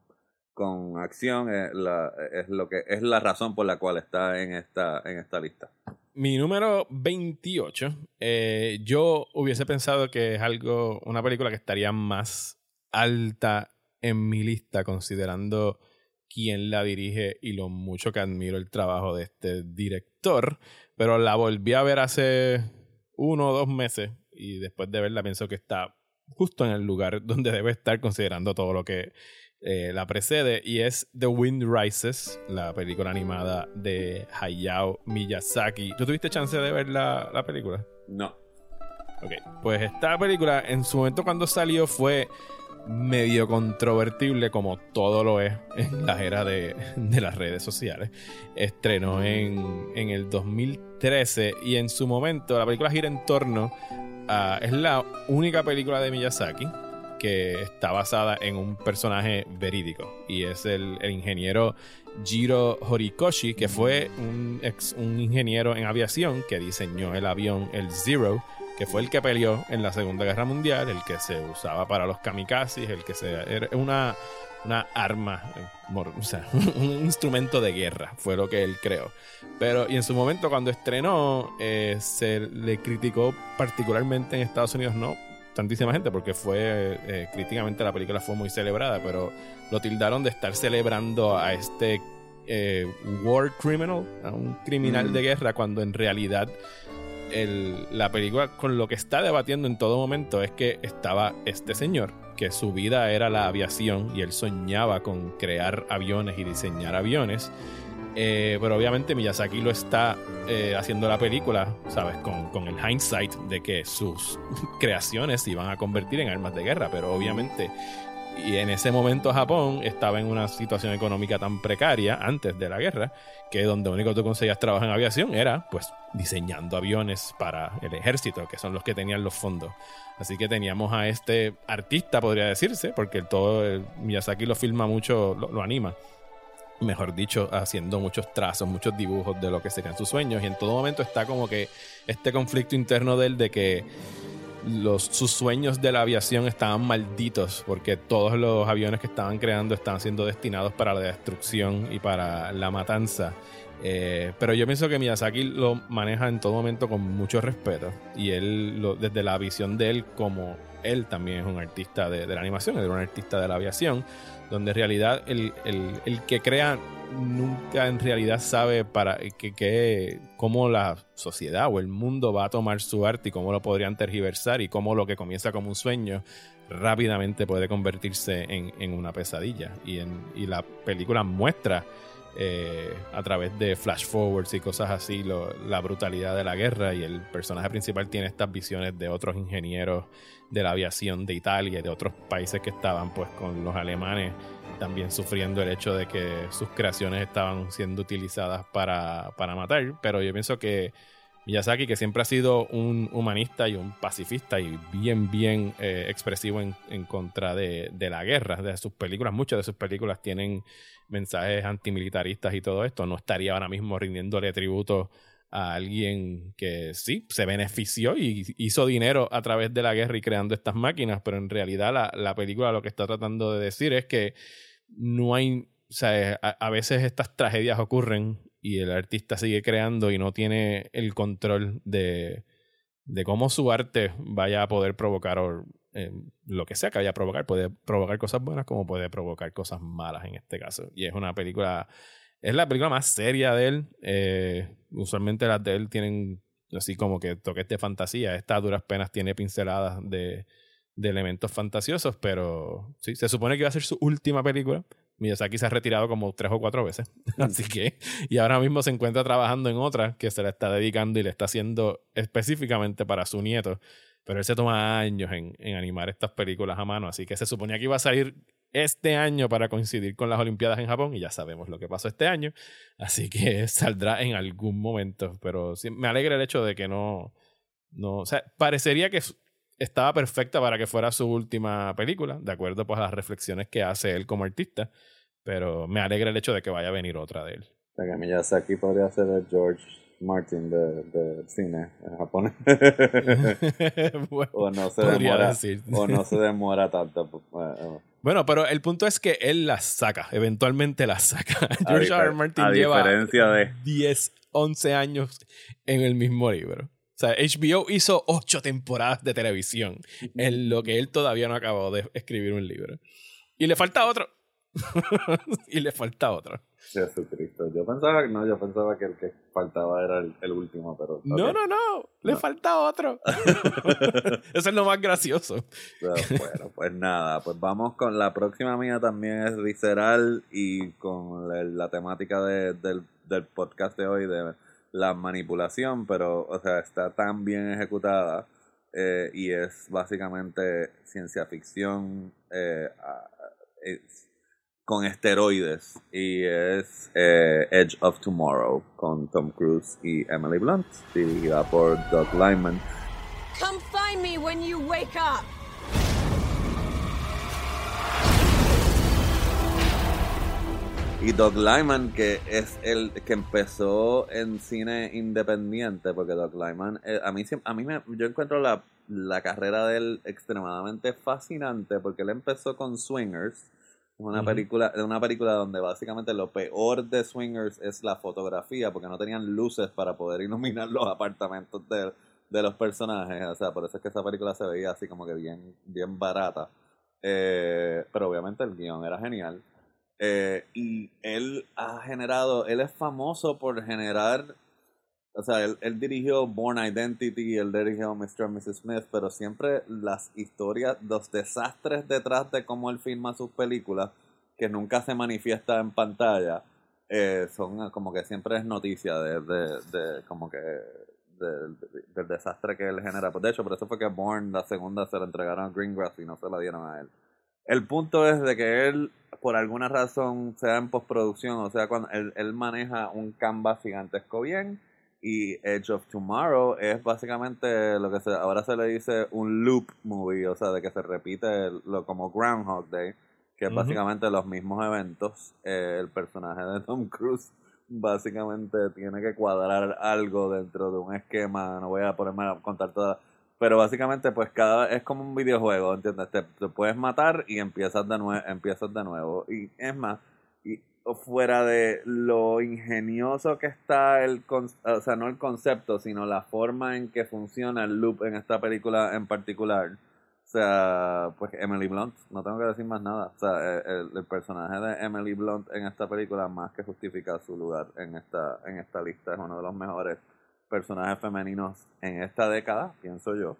con acción es la, es lo que es la razón por la cual está en esta en esta lista. Mi número veintiocho, eh, yo hubiese pensado que es algo, una película que estaría más alta en mi lista considerando quién la dirige y lo mucho que admiro el trabajo de este director, pero la volví a ver hace uno o dos meses y después de verla pienso que está justo en el lugar donde debe estar considerando todo lo que Eh, la precede y es The Wind Rises, la película animada de Hayao Miyazaki. ¿Tú tuviste chance de ver la, la película? No. Ok, pues esta película en su momento cuando salió fue medio controvertible como todo lo es en la era de, de las redes sociales. Estrenó en, en el dos mil trece y en su momento la película gira en torno a... Es la única película de Miyazaki que está basada en un personaje verídico y es el, el ingeniero Jiro Horikoshi, que fue un, ex, un ingeniero en aviación que diseñó el avión, el Zero, que fue el que peleó en la Segunda Guerra Mundial, el que se usaba para los kamikazes, el que se era una, una arma, o sea, un instrumento de guerra, fue lo que él creó. Pero y en su momento cuando estrenó eh, se le criticó particularmente en Estados Unidos, no tantísima gente porque fue eh, críticamente la película fue muy celebrada, pero lo tildaron de estar celebrando a este eh, war criminal, a un criminal mm. de guerra, cuando en realidad el, la película con lo que está debatiendo en todo momento es que estaba este señor que su vida era la aviación y él soñaba con crear aviones y diseñar aviones. Eh, pero obviamente Miyazaki lo está eh, haciendo la película, ¿sabes? Con, con el hindsight de que sus creaciones se iban a convertir en armas de guerra, pero obviamente y en ese momento Japón estaba en una situación económica tan precaria antes de la guerra que donde único tú conseguías trabajo en aviación era pues diseñando aviones para el ejército, que son los que tenían los fondos. Así que teníamos a este artista, podría decirse, porque todo el Miyazaki lo filma mucho, lo, lo anima, mejor dicho, haciendo muchos trazos, muchos dibujos de lo que serían sus sueños, y en todo momento está como que este conflicto interno de él de que los, sus sueños de la aviación estaban malditos porque todos los aviones que estaban creando estaban siendo destinados para la destrucción y para la matanza. Eh, pero yo pienso que Miyazaki lo maneja en todo momento con mucho respeto y él, lo, desde la visión de él, como él también es un artista de, de la animación, él es un artista de la aviación, donde en realidad el, el, el que crea nunca en realidad sabe para que, que, cómo la sociedad o el mundo va a tomar su arte y cómo lo podrían tergiversar y cómo lo que comienza como un sueño rápidamente puede convertirse en, en una pesadilla. Y, en, y la película muestra eh, a través de flash forwards y cosas así lo, la brutalidad de la guerra, y el personaje principal tiene estas visiones de otros ingenieros de la aviación de Italia y de otros países que estaban pues con los alemanes también sufriendo el hecho de que sus creaciones estaban siendo utilizadas para, para matar. Pero yo pienso que Miyazaki, que siempre ha sido un humanista y un pacifista y bien, bien eh, expresivo en, en contra de, de la guerra, de sus películas, muchas de sus películas tienen mensajes antimilitaristas y todo esto, no estaría ahora mismo rindiéndole tributo a alguien que sí, se benefició y hizo dinero a través de la guerra y creando estas máquinas, pero en realidad la, la película lo que está tratando de decir es que no hay, o sea, a, a veces estas tragedias ocurren y el artista sigue creando y no tiene el control de, de cómo su arte vaya a poder provocar o, eh, lo que sea que vaya a provocar. Puede provocar cosas buenas como puede provocar cosas malas en este caso. Y es una película, es la película más seria de él. Eh, usualmente las de él tienen así como que toques de fantasía. Esta a duras penas tiene pinceladas de, de elementos fantasiosos, pero sí, se supone que iba a ser su última película. Miyazaki se ha retirado como tres o cuatro veces. Así que, y ahora mismo se encuentra trabajando en otra que se la está dedicando y le está haciendo específicamente para su nieto. Pero él se toma años en, en animar estas películas a mano. Así que se suponía que iba a salir este año para coincidir con las Olimpiadas en Japón. Y ya sabemos lo que pasó este año. Así que saldrá en algún momento. Pero sí, me alegra el hecho de que no, no... O sea, parecería que estaba perfecta para que fuera su última película, de acuerdo pues a las reflexiones que hace él como artista, pero me alegra el hecho de que vaya a venir otra de él. O sea, que Miyazaki podría ser el George Martin del de cine en japonés. Bueno, o no se demora decir. o no se demora tanto. Bueno, bueno, pero el punto es que él las saca, eventualmente las saca. George R. R. Martin a lleva diferencia de diez, once años en el mismo libro. O sea, H B O hizo ocho temporadas de televisión en lo que él todavía no acabó de escribir un libro. Y le falta otro. y le falta otro. Jesucristo. Yo pensaba que no, yo pensaba que el que faltaba era el, el último, pero... Okay. No, no, no. Le no. falta otro. Eso es lo más gracioso. Pero, bueno, pues nada. Pues vamos con la próxima mía también es visceral y con la, la temática de, del, del podcast de hoy de la manipulación, pero, o sea, está tan bien ejecutada eh, y es básicamente ciencia ficción eh, eh, con esteroides y es eh, Edge of Tomorrow con Tom Cruise y Emily Blunt, dirigida por Doug Liman. Come find me when you wake up. Y Doug Liman, que es el que empezó en cine independiente, porque Doug Liman, eh, a mí, a mí me, yo encuentro la, la carrera de él extremadamente fascinante, porque él empezó con Swingers, una, uh-huh. película, una película donde básicamente lo peor de Swingers es la fotografía, porque no tenían luces para poder iluminar los apartamentos de, de los personajes, o sea, por eso es que esa película se veía así como que bien, bien barata, eh, pero obviamente el guión era genial. Eh, y él ha generado, él es famoso por generar, o sea, él, él dirigió Born Identity, él dirigió mister and missus Smith, pero siempre las historias, los desastres detrás de cómo él filma sus películas, que nunca se manifiesta en pantalla, eh, son como que siempre es noticia de, de, de como que de, de, del desastre que él genera. Pues de hecho, por eso fue que Born, la segunda, se la entregaron a Greengrass y no se la dieron a él. El punto es de que él, por alguna razón, sea en postproducción, o sea, cuando él, él maneja un canvas gigantesco bien, y Edge of Tomorrow es básicamente lo que se, ahora se le dice un loop movie, o sea, de que se repite lo como Groundhog Day, que es uh-huh. básicamente los mismos eventos. Eh, el personaje de Tom Cruise básicamente tiene que cuadrar algo dentro de un esquema, no voy a ponerme a contar toda. Pero básicamente, pues, cada es como un videojuego, ¿entiendes? Te, te puedes matar y empiezas de, nue- empiezas de nuevo. Y es más, y fuera de lo ingenioso que está el... Con- o sea, no el concepto, sino la forma en que funciona el loop en esta película en particular. O sea, pues Emily Blunt, no tengo que decir más nada. O sea, el, el personaje de Emily Blunt en esta película más que justifica su lugar en esta, en esta lista. Es uno de los mejores personajes femeninos en esta década, pienso yo.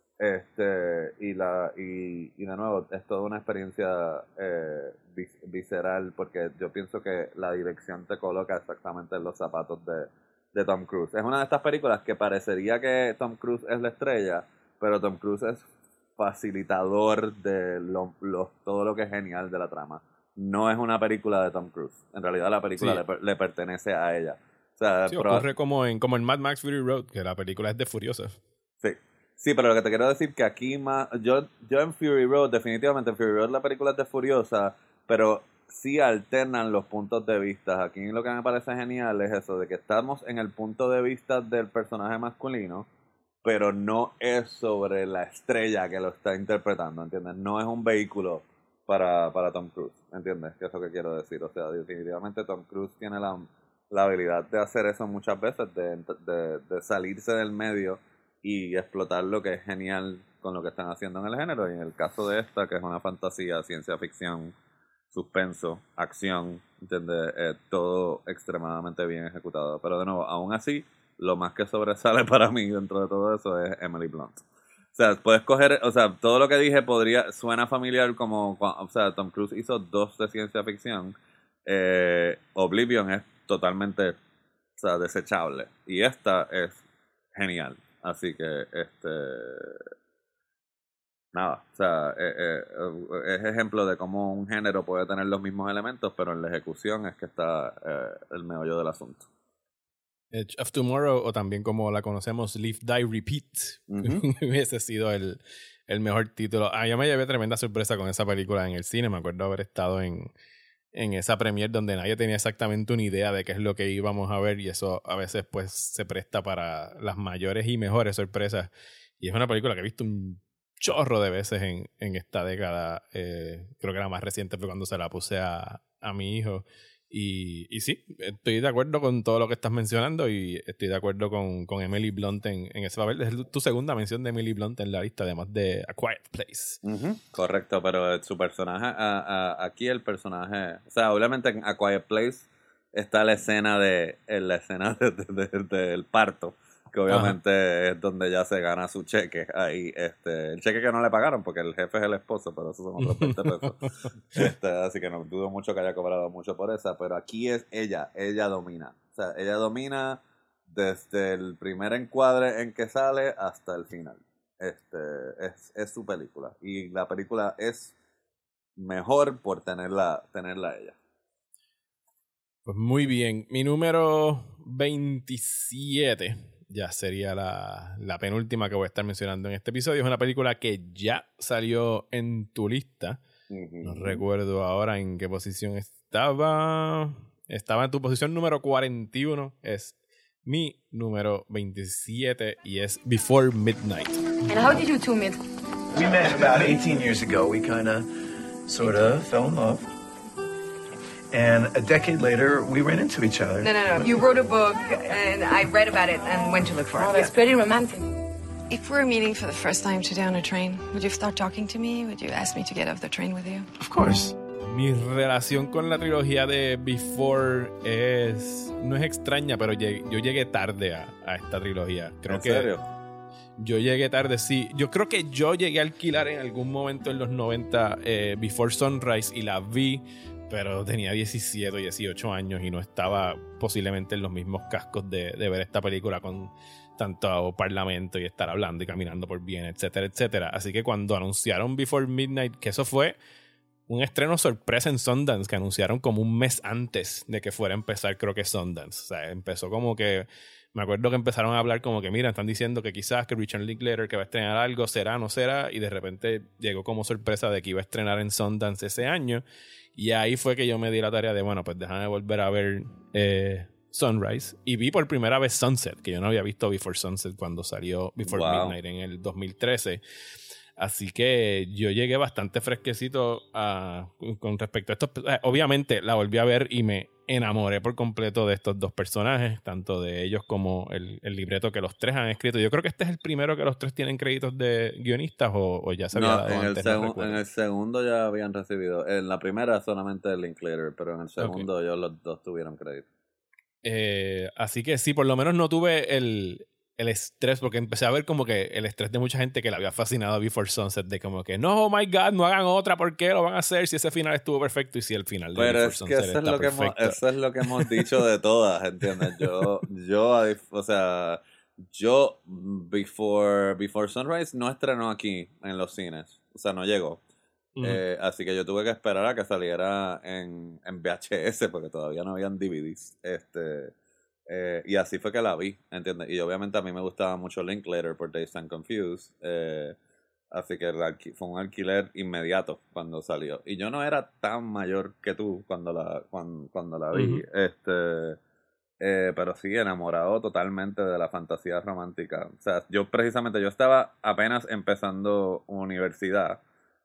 Este y la y, y de nuevo es toda una experiencia eh, vis, visceral, porque yo pienso que la dirección te coloca exactamente en los zapatos de, de Tom Cruise. Es una de estas películas que parecería que Tom Cruise es la estrella, pero Tom Cruise es facilitador de lo, lo, todo lo que es genial de la trama. No es una película de Tom Cruise. En realidad la película sí. le, le pertenece a ella. O sea, sí, proba- ocurre como en, como en Mad Max Fury Road, que la película es de Furiosa. Sí. Sí, pero lo que te quiero decir que aquí más... Yo, yo en Fury Road, definitivamente en Fury Road la película es de Furiosa, pero sí alternan los puntos de vista. Aquí lo que me parece genial es eso, de que estamos en el punto de vista del personaje masculino, pero no es sobre la estrella que lo está interpretando, ¿entiendes? No es un vehículo para, para Tom Cruise, ¿entiendes? Que es lo que quiero decir. O sea, definitivamente Tom Cruise tiene la, la habilidad de hacer eso muchas veces, de, de, de salirse del medio y explotar lo que es genial con lo que están haciendo en el género. Y en el caso de esta, que es una fantasía, ciencia ficción, suspenso, acción, ¿entiendes? Eh, todo extremadamente bien ejecutado. Pero de nuevo, aún así, lo más que sobresale para mí dentro de todo eso es Emily Blunt. O sea, puedes coger, o sea, todo lo que dije podría, suena familiar como, o sea, Tom Cruise hizo dos de ciencia ficción. Eh, Oblivion es totalmente, o sea, desechable. Y esta es genial. Así que, este... Nada, o sea, eh, eh, es ejemplo de cómo un género puede tener los mismos elementos, pero en la ejecución es que está eh, el meollo del asunto. Edge of Tomorrow, o también como la conocemos, Live, Die, Repeat, Uh-huh. hubiese sido el, el mejor título. Ah, yo me llevé tremenda sorpresa con esa película en el cine. Me acuerdo haber estado en, en esa premiere donde nadie tenía exactamente una idea de qué es lo que íbamos a ver, y eso a veces pues se presta para las mayores y mejores sorpresas. Y es una película que he visto un chorro de veces en, en esta década. Eh, creo que la más reciente fue cuando se la puse a, a mi hijo. Y, y sí, estoy de acuerdo con todo lo que estás mencionando, y estoy de acuerdo con, con Emily Blunt en, en ese papel. Es tu segunda mención de Emily Blunt en la lista, además de A Quiet Place. Uh-huh. Correcto, pero su personaje, a, a, aquí el personaje, o sea, obviamente en A Quiet Place está la escena de, en la escena de, de, de, de, del parto, que obviamente Ajá. es donde ya se gana su cheque ahí, este, el cheque que no le pagaron porque el jefe es el esposo, pero eso son otros veinte pesos. Este, así que no dudo mucho que haya cobrado mucho por esa, pero aquí es ella, ella domina, o sea, ella domina desde el primer encuadre en que sale hasta el final. Este, es, es su película, y la película es mejor por tenerla, tenerla ella. Pues muy bien, mi número veintisiete ya sería la, la penúltima que voy a estar mencionando en este episodio. Es una película que ya salió en tu lista. Uh-huh. No recuerdo ahora en qué posición estaba. Estaba en tu posición número cuarenta y uno. Es mi número veintisiete y es Before Midnight. And how did you two meet? We met about eighteen years ago. We kind of, sort of, fell in love. And a decade later, we ran into each other. No, no, no. You wrote a book, and I read about it and went to look for it. Oh, that's pretty romantic. If we're meeting for the first time today on a train, would you start talking to me? Would you ask me to get off the train with you? Of course. Mi relación con la trilogía de Before es no es extraña, pero llegué, yo llegué tarde a, a esta trilogía. Creo ¿En que serio? Yo llegué tarde, sí. Yo creo que yo llegué a alquilar en algún momento en los noventa eh, Before Sunrise y la vi, pero tenía diecisiete o dieciocho años y no estaba posiblemente en los mismos cascos de, de ver esta película con tanto parlamento y estar hablando y caminando por bien, etcétera, etcétera. Así que cuando anunciaron Before Midnight, que eso fue un estreno sorpresa en Sundance, que anunciaron como un mes antes de que fuera a empezar, creo que Sundance. O sea, empezó como que... Me acuerdo que empezaron a hablar como que, mira, están diciendo que quizás que Richard Linklater que va a estrenar algo, será, no será, y de repente llegó como sorpresa de que iba a estrenar en Sundance ese año, y ahí fue que yo me di la tarea de, bueno, pues déjame volver a ver eh, Sunrise, y vi por primera vez Sunset, que yo no había visto Before Sunset cuando salió Before wow. Midnight en el dos mil trece. Así que yo llegué bastante fresquecito a, con respecto a esto. Obviamente la volví a ver y me enamoré por completo de estos dos personajes, tanto de ellos como el, el libreto que los tres han escrito. Yo creo que este es el primero que los tres tienen créditos de guionistas, o, o ya se había no, dado en antes. El no en el segundo ya habían recibido. En la primera solamente Linklater, pero en el segundo okay. ellos los dos tuvieron crédito. Eh, así que sí, por lo menos no tuve el... el estrés, porque empecé a ver como que el estrés de mucha gente que le había fascinado Before Sunset, de como que no, oh my God, no hagan otra, ¿por qué lo van a hacer si ese final estuvo perfecto y si el final de Pero Before es Sunset que eso está es lo perfecto? Que hemos, eso es lo que hemos dicho de todas, ¿entiendes? Yo, yo, o sea, yo Before, Before Sunrise no estrenó aquí en los cines, o sea, no llegó. Uh-huh. Eh, así que yo tuve que esperar a que saliera en, en V H S, porque todavía no habían D V Ds. Este... Eh, y así fue que la vi, ¿entiendes? Y obviamente a mí me gustaba mucho Linklater por Dazed and Confused. Eh, así que el alqui- fue un alquiler inmediato cuando salió. Y yo no era tan mayor que tú cuando la, cuando, cuando la vi. Ujú. Este... Eh, pero sí, enamorado totalmente de la fantasía romántica. O sea, yo precisamente, yo estaba apenas empezando universidad.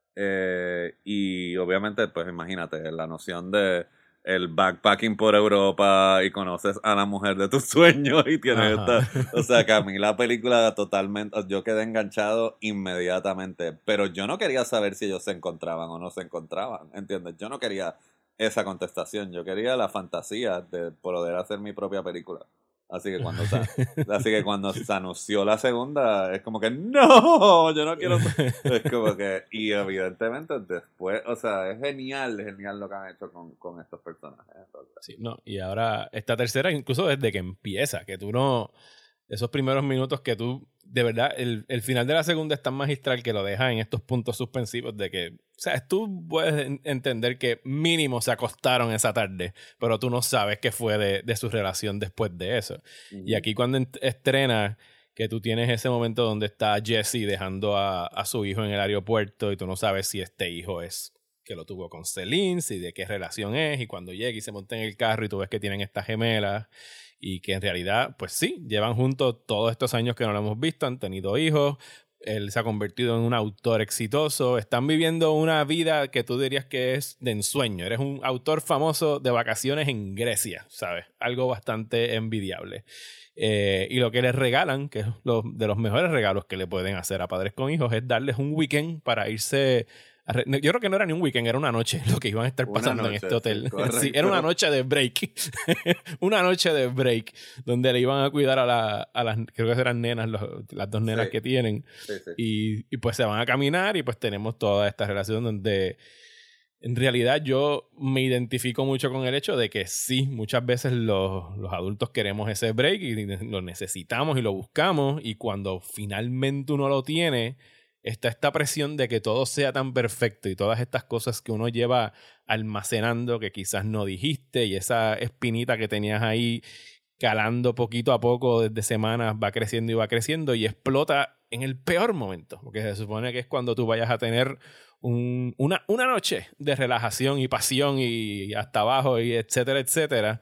Eh, y obviamente, pues imagínate, la noción de el backpacking por Europa y conoces a la mujer de tus sueños y tienes Ajá. esta... O sea, que a mí la película totalmente... Yo quedé enganchado inmediatamente. Pero yo no quería saber si ellos se encontraban o no se encontraban, ¿entiendes? Yo no quería esa contestación. Yo quería la fantasía de poder hacer mi propia película. Así que cuando se, así que cuando se anunció la segunda, es como que ¡no! Yo no quiero... Es como que... Y evidentemente después... O sea, es genial, es genial lo que han hecho con, con estos personajes. Entonces. Sí, no, y ahora esta tercera, incluso desde que empieza, que tú no... Esos primeros minutos que tú, de verdad, el, el final de la segunda es tan magistral que lo deja en estos puntos suspensivos de que, o sea, tú puedes en- entender que mínimo se acostaron esa tarde, pero tú no sabes qué fue de, de su relación después de eso. Ujú. Y aquí cuando ent- estrena, que tú tienes ese momento donde está Jesse dejando a, a su hijo en el aeropuerto y tú no sabes si este hijo es que lo tuvo con Celine, si de qué relación es, y cuando llega y se monta en el carro y tú ves que tienen estas gemelas y que en realidad, pues sí, llevan juntos todos estos años que no lo hemos visto, han tenido hijos, él se ha convertido en un autor exitoso, están viviendo una vida que tú dirías que es de ensueño, eres un autor famoso de vacaciones en Grecia, ¿sabes? Algo bastante envidiable. Eh, y lo que les regalan, que es lo, de los mejores regalos que le pueden hacer a padres con hijos, es darles un weekend para irse... a re- Yo creo que no era ni un weekend, era una noche lo que iban a estar Una pasando en noche, este hotel. sí, correcto. Sí, era una noche de break. Una noche de break donde le iban a cuidar a, la, a las, creo que eran nenas, los- las dos nenas Sí. que tienen. Sí, sí. Y, y pues se van a caminar y pues tenemos toda esta relación donde en realidad yo me identifico mucho con el hecho de que sí, muchas veces los, los adultos queremos ese break y lo necesitamos y lo buscamos, y cuando finalmente uno lo tiene, está esta presión de que todo sea tan perfecto y todas estas cosas que uno lleva almacenando que quizás no dijiste, y esa espinita que tenías ahí calando poquito a poco desde semanas va creciendo y va creciendo y explota en el peor momento, porque se supone que es cuando tú vayas a tener un, una, una noche de relajación y pasión y hasta abajo y etcétera, etcétera,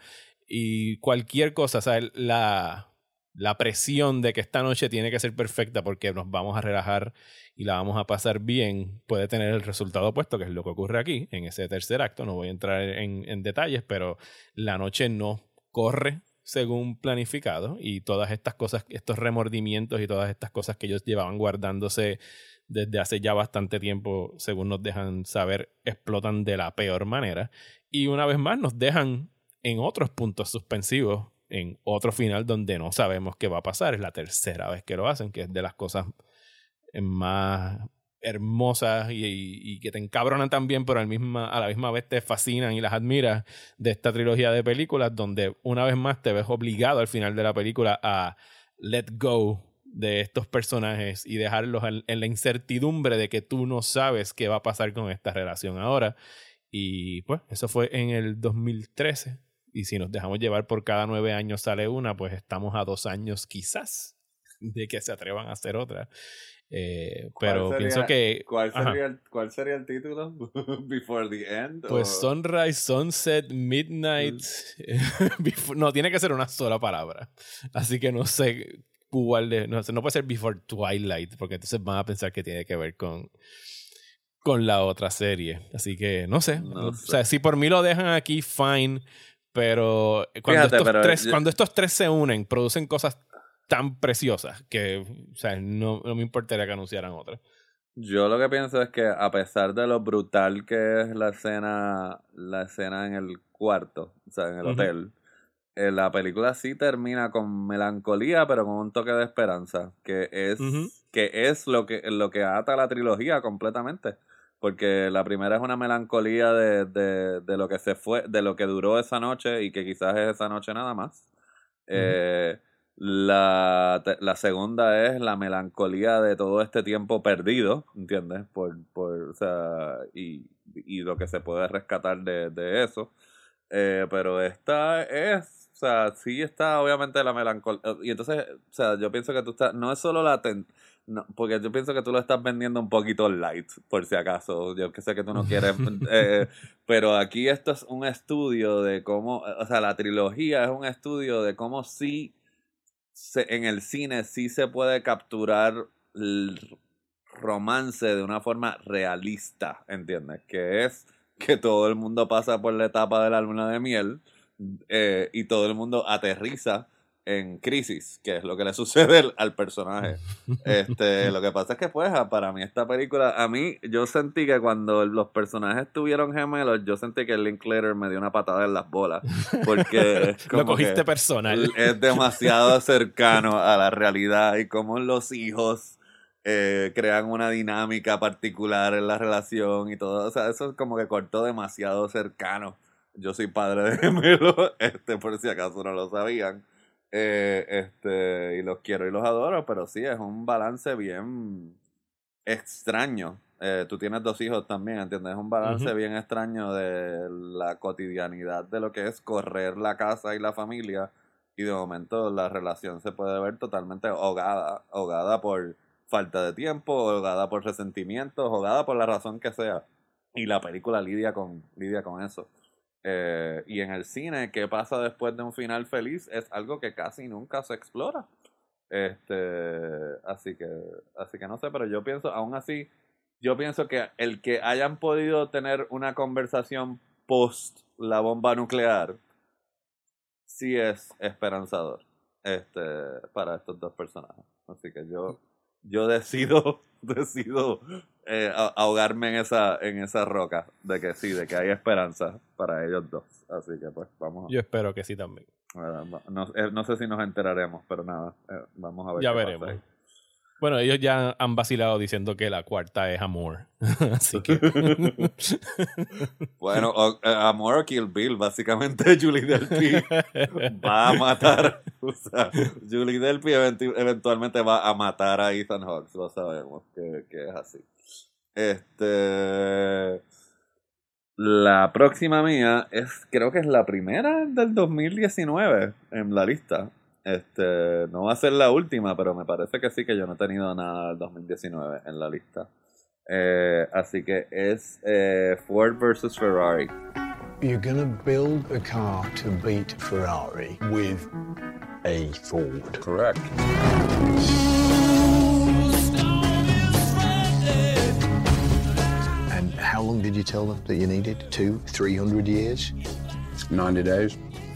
y cualquier cosa, o sea, la, la presión de que esta noche tiene que ser perfecta porque nos vamos a relajar y la vamos a pasar bien, puede tener el resultado opuesto, que es lo que ocurre aquí en ese tercer acto. No voy a entrar en, en detalles, pero la noche no corre según planificado y todas estas cosas, estos remordimientos y todas estas cosas que ellos llevaban guardándose desde hace ya bastante tiempo, según nos dejan saber, explotan de la peor manera. Y una vez más nos dejan en otros puntos suspensivos, en otro final donde no sabemos qué va a pasar. Es la tercera vez que lo hacen, que es de las cosas más hermosas y, y, y que te encabronan también, pero al misma, a la misma vez te fascinan y las admiras de esta trilogía de películas, donde una vez más te ves obligado al final de la película a let go de estos personajes y dejarlos en, en la incertidumbre de que tú no sabes qué va a pasar con esta relación ahora. Y pues eso fue en el dos mil trece, y si nos dejamos llevar por cada nueve años sale una, pues estamos a dos años quizás de que se atrevan a hacer otra. Eh, pero sería- pienso que... ¿Cuál ajá. sería, el, ¿Cuál sería el título? ¿Before the End? Pues o- Sunrise, Sunset, Midnight. Before- no, tiene que ser una sola palabra. Así que no sé cuál de. No, sé, no puede ser Before Twilight, porque entonces van a pensar que tiene que ver con, con la otra serie. Así que no sé. No o sé. sea, si por mí lo dejan aquí, fine. Pero cuando, Fíjate, estos, pero tres, yo- cuando estos tres se unen, producen cosas tan preciosas que, o sea, no, no me importaría que anunciaran otra. Yo lo que pienso es que a pesar de lo brutal que es la escena, la escena en el cuarto, o sea, en el Ujú. hotel, eh, la película sí termina con melancolía, pero con un toque de esperanza, que es, Ujú. que es lo que, lo que ata la trilogía completamente. Porque la primera es una melancolía de, de, de lo que se fue, de lo que duró esa noche y que quizás es esa noche nada más. Eh, la, te- la segunda es la melancolía de todo este tiempo perdido, ¿entiendes? Por, por, o sea, y, y lo que se puede rescatar de, de eso. Eh, pero esta es, o sea, sí está obviamente la melancolía. Y entonces, o sea, yo pienso que tú estás, no es solo la ten, no, porque yo pienso que tú lo estás vendiendo un poquito light, por si acaso. Yo que sé que tú no quieres, eh, pero aquí esto es un estudio de cómo, o sea, la trilogía es un estudio de cómo sí se, en el cine sí se puede capturar el romance de una forma realista, ¿entiendes? Que es que todo el mundo pasa por la etapa de la luna de miel eh, y todo el mundo aterriza en crisis, que es lo que le sucede al, al personaje. Este, lo que pasa es que pues para mí esta película, a mí yo sentí que cuando los personajes tuvieron gemelos, yo sentí que Linklater me dio una patada en las bolas, porque es como lo cogiste que personal. Es demasiado cercano a la realidad y como los hijos Eh, crean una dinámica particular en la relación y todo, o sea, eso es como que cortó demasiado cercano. Yo soy padre de gemelos, este, por si acaso no lo sabían, eh, este, y los quiero y los adoro, pero sí, es un balance bien extraño. Eh, tú tienes dos hijos también, ¿entiendes? Es un balance uh-huh. bien extraño de la cotidianidad de lo que es correr la casa y la familia, y de momento la relación se puede ver totalmente ahogada, ahogada por falta de tiempo, ahogada por resentimientos, ahogada por la razón que sea. Y la película lidia con, lidia con eso. Eh, y en el cine, ¿qué pasa después de un final feliz? Es algo que casi nunca se explora. Este, así que, así que no sé, pero yo pienso, aún así, yo pienso que el que hayan podido tener una conversación post la bomba nuclear sí es esperanzador, este, para estos dos personajes. Así que yo Yo decido, decido eh, ahogarme en esa, en esa roca de que sí, de que hay esperanza para ellos dos. Así que pues vamos a... Yo espero que sí también. No, no, no sé si nos enteraremos, pero nada, eh, vamos a ver. Ya qué veremos. pasa ahí. Bueno, ellos ya han vacilado diciendo que la cuarta es Amor. Así que... Bueno, o, eh, Amor o Kill Bill, básicamente Julie Delpy va a matar. O sea, Julie Delpy eventu- eventualmente va a matar a Ethan Hawke, lo sabemos que, que es así. Este... La próxima mía es, creo que es la primera del dos mil diecinueve en la lista. Este, no va a ser la última, pero me parece que sí, que yo no he tenido nada del dos mil diecinueve en la lista. Eh, así que es eh, Ford versus Ferrari. You're gonna build a car to beat Ferrari with a Ford. Correct. And how long did you tell them that you needed? Two, three hundred years? ninety days.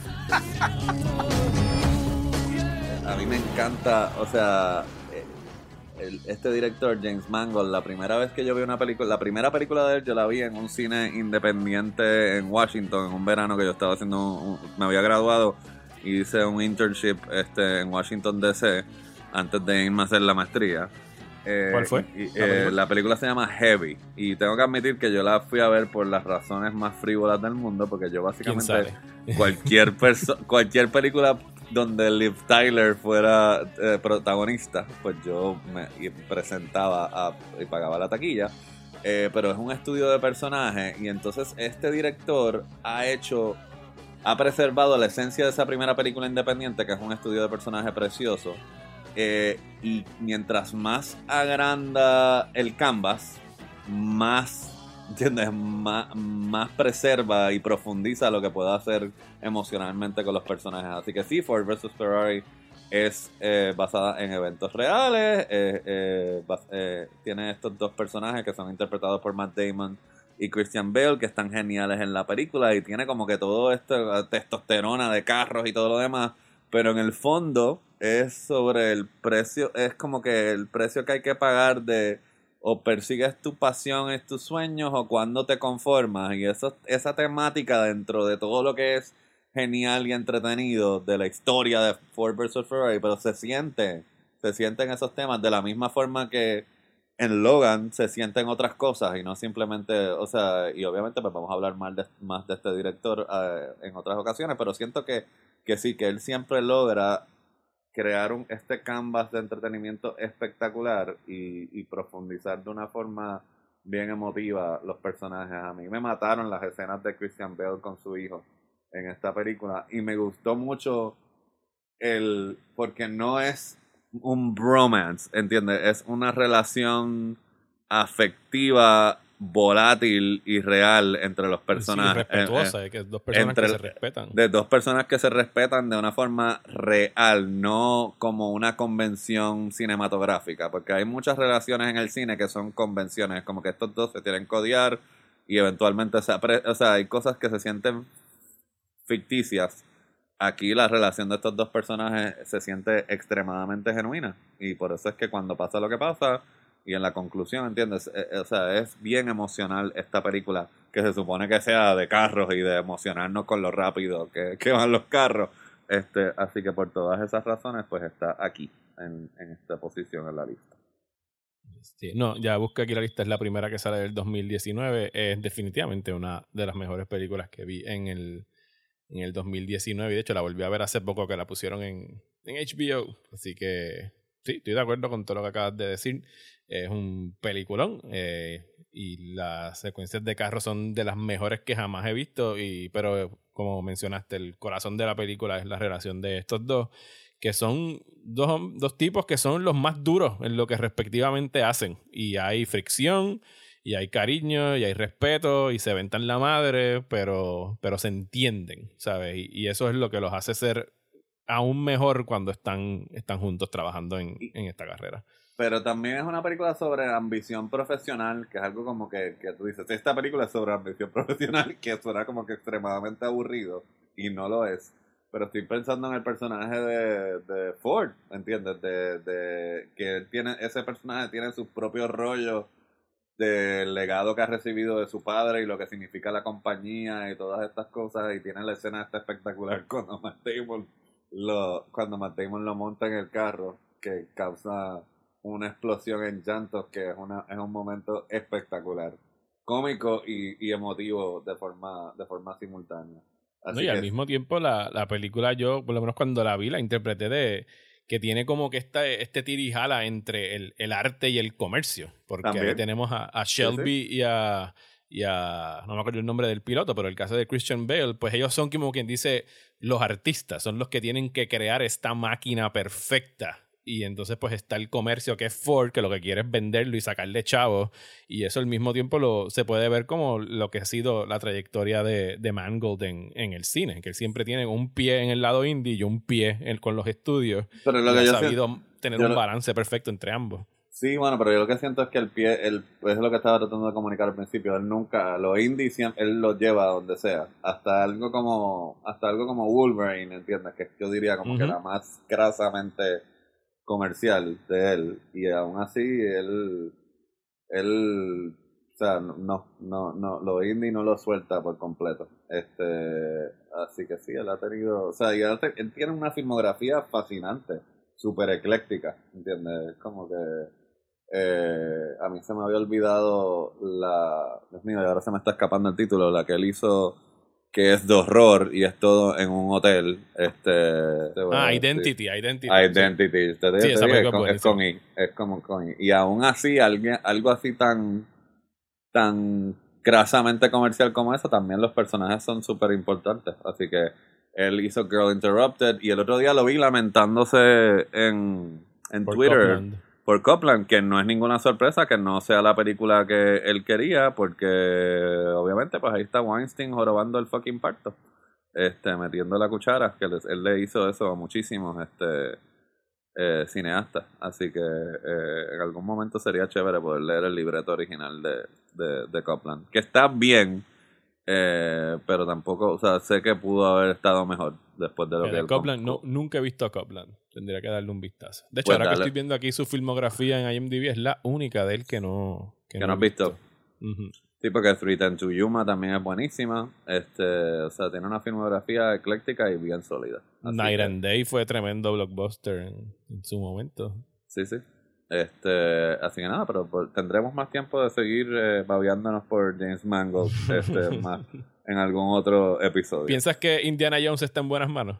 A mí me encanta, o sea, el, este director, James Mangold, la primera vez que yo vi una película, la primera película de él, yo la vi en un cine independiente en Washington, en un verano que yo estaba haciendo, un, un, me había graduado y hice un internship este, en Washington D C antes de irme a hacer la maestría. Eh, ¿Cuál fue? Y, ¿La, película? Eh, la película se llama Heavy y tengo que admitir que yo la fui a ver por las razones más frívolas del mundo, porque yo básicamente cualquier perso- cualquier película donde Liv Tyler fuera eh, protagonista, pues yo me presentaba a, y pagaba la taquilla. Eh, pero es un estudio de personajes y entonces este director ha hecho, ha preservado la esencia de esa primera película independiente, que es un estudio de personaje precioso. Eh, y mientras más agranda el canvas, más, ¿entiendes? Más, más preserva y profundiza lo que pueda hacer emocionalmente con los personajes. Así que sí, Ford versus Ferrari es eh, basada en eventos reales. Eh, eh, bas- eh, tiene estos dos personajes que son interpretados por Matt Damon y Christian Bale, que están geniales en la película, y tiene como que todo esto, testosterona de carros y todo lo demás, pero en el fondo es sobre el precio, es como que el precio que hay que pagar de o persigues tu pasión, es tus sueños, o cuando te conformas. Y eso, esa temática dentro de todo lo que es genial y entretenido de la historia de Ford versus Ferrari, pero se siente, se sienten esos temas de la misma forma que en Logan se sienten otras cosas y no simplemente, o sea, y obviamente pues vamos a hablar más de, más de este director eh, en otras ocasiones, pero siento que, que sí, que él siempre logra crear un, este canvas de entretenimiento espectacular y, y profundizar de una forma bien emotiva los personajes. A mí me mataron las escenas de Christian Bale con su hijo. en esta película. Y me gustó mucho el... porque no es un bromance, ¿entiendes? Es una relación afectiva, volátil y real entre los personajes. Sí, respetuosa, eh, eh, que dos personas entre, que se respetan. De dos personas que se respetan de una forma real, no como una convención cinematográfica, porque hay muchas relaciones en el cine que son convenciones, como que estos dos se tienen que odiar y eventualmente se apre- o sea, hay cosas que se sienten ficticias. Aquí la relación de estos dos personajes se siente extremadamente genuina y por eso es que cuando pasa lo que pasa y en la conclusión, ¿entiendes? Eh, o sea, es bien emocional esta película, que se supone que sea de carros y de emocionarnos con lo rápido que, que van los carros. Este, así que por todas esas razones, pues está aquí, en, en esta posición en la lista. Sí, no, ya busqué aquí la lista, es la primera que sale del dos mil diecinueve. Es definitivamente una de las mejores películas que vi en el, en el dos mil diecinueve. Y de hecho la volví a ver hace poco que la pusieron en, en H B O. Así que sí, estoy de acuerdo con todo lo que acabas de decir. Es un peliculón eh, y las secuencias de carro son de las mejores que jamás he visto. Y, pero como mencionaste, el corazón de la película es la relación de estos dos, que son dos, dos tipos que son los más duros en lo que respectivamente hacen. Y hay fricción, y hay cariño, y hay respeto, y se ventan la madre, pero, pero se entienden, ¿sabes? Y, y eso es lo que los hace ser aún mejor cuando están, están juntos trabajando en, en esta carrera. Pero también es una película sobre ambición profesional, que es algo como que, que tú dices, esta película es sobre ambición profesional, que suena como que extremadamente aburrido, y no lo es. Pero estoy pensando en el personaje de, de Ford, ¿entiendes? De, de que él tiene, ese personaje tiene sus propios rollos del legado que ha recibido de su padre y lo que significa la compañía y todas estas cosas, y tiene la escena esta espectacular cuando Matt Damon lo, cuando Matt Damon lo monta en el carro, que causa una explosión en llantos, que es una es un momento espectacular, cómico y, y emotivo de forma de forma simultánea. Así no, y que, al mismo tiempo la, la película, yo por lo menos cuando la vi, la interpreté de que tiene como que esta, este tirijala entre el, el arte y el comercio, porque ¿también? ahí tenemos a, a Shelby sí, sí. y a y a, no me acuerdo el nombre del piloto, pero el caso de Christian Bale, pues ellos son como quien dice los artistas, son los que tienen que crear esta máquina perfecta. Y entonces pues está el comercio que es Ford, que lo que quiere es venderlo y sacarle chavos. Y eso al mismo tiempo lo, se puede ver como lo que ha sido la trayectoria de, de Mangold en, en el cine, que él siempre tiene un pie en el lado indie y un pie en, con los estudios. Pero lo y que ha yo sabido siento, tener yo un lo, balance perfecto entre ambos. Sí, bueno, pero yo lo que siento es que el pie, el, es lo que estaba tratando de comunicar al principio. Él nunca, los indie siempre, él los lleva a donde sea. Hasta algo como, hasta algo como Wolverine, ¿entiendes? Que yo diría como uh-huh. que la más grasamente comercial de él, y aún así él él o sea no no no lo indie no lo suelta por completo, este así que sí, él ha tenido, o sea, y él, él tiene una filmografía fascinante, súper ecléctica, ¿entiendes? Como que eh, a mí se me había olvidado la, Dios mío, y ahora se me está escapando el título, la que él hizo, que es de horror y es todo en un hotel. Este, ah, Identity, sí. Identity. Identity. Sí, te, te, sí, te esa digo, es, es, con, es con I. Es como con I. Y aún así, alguien, algo así tan, tan grasamente comercial como eso, también los personajes son súper importantes. Así que él hizo Girl Interrupted y el otro día lo vi lamentándose en, en Por Twitter. Copland. Por Copland, que no es ninguna sorpresa que no sea la película que él quería, porque obviamente pues ahí está Weinstein jorobando el fucking parto, este, metiendo la cuchara, que les, él le hizo eso a muchísimos este, eh, cineastas, así que eh, en algún momento sería chévere poder leer el libreto original de, de, de Copland, que está bien, eh, pero tampoco, o sea, sé que pudo haber estado mejor después de lo que que de él Copland, no, nunca he visto a Copland. Tendría que darle un vistazo. De hecho, pues ahora dale. que estoy viendo aquí su filmografía en I M D B, es la única de él que no que, que no has visto. visto. Uh-huh. Sí, porque three ten to Yuma también es buenísima. Este, o sea, tiene una filmografía ecléctica y bien sólida. Así Night que, and Day fue tremendo blockbuster en, en su momento. Sí, sí. Este, así que nada, pero por, tendremos más tiempo de seguir eh, babeándonos por James Mangold este, más en algún otro episodio. ¿Piensas que Indiana Jones está en buenas manos?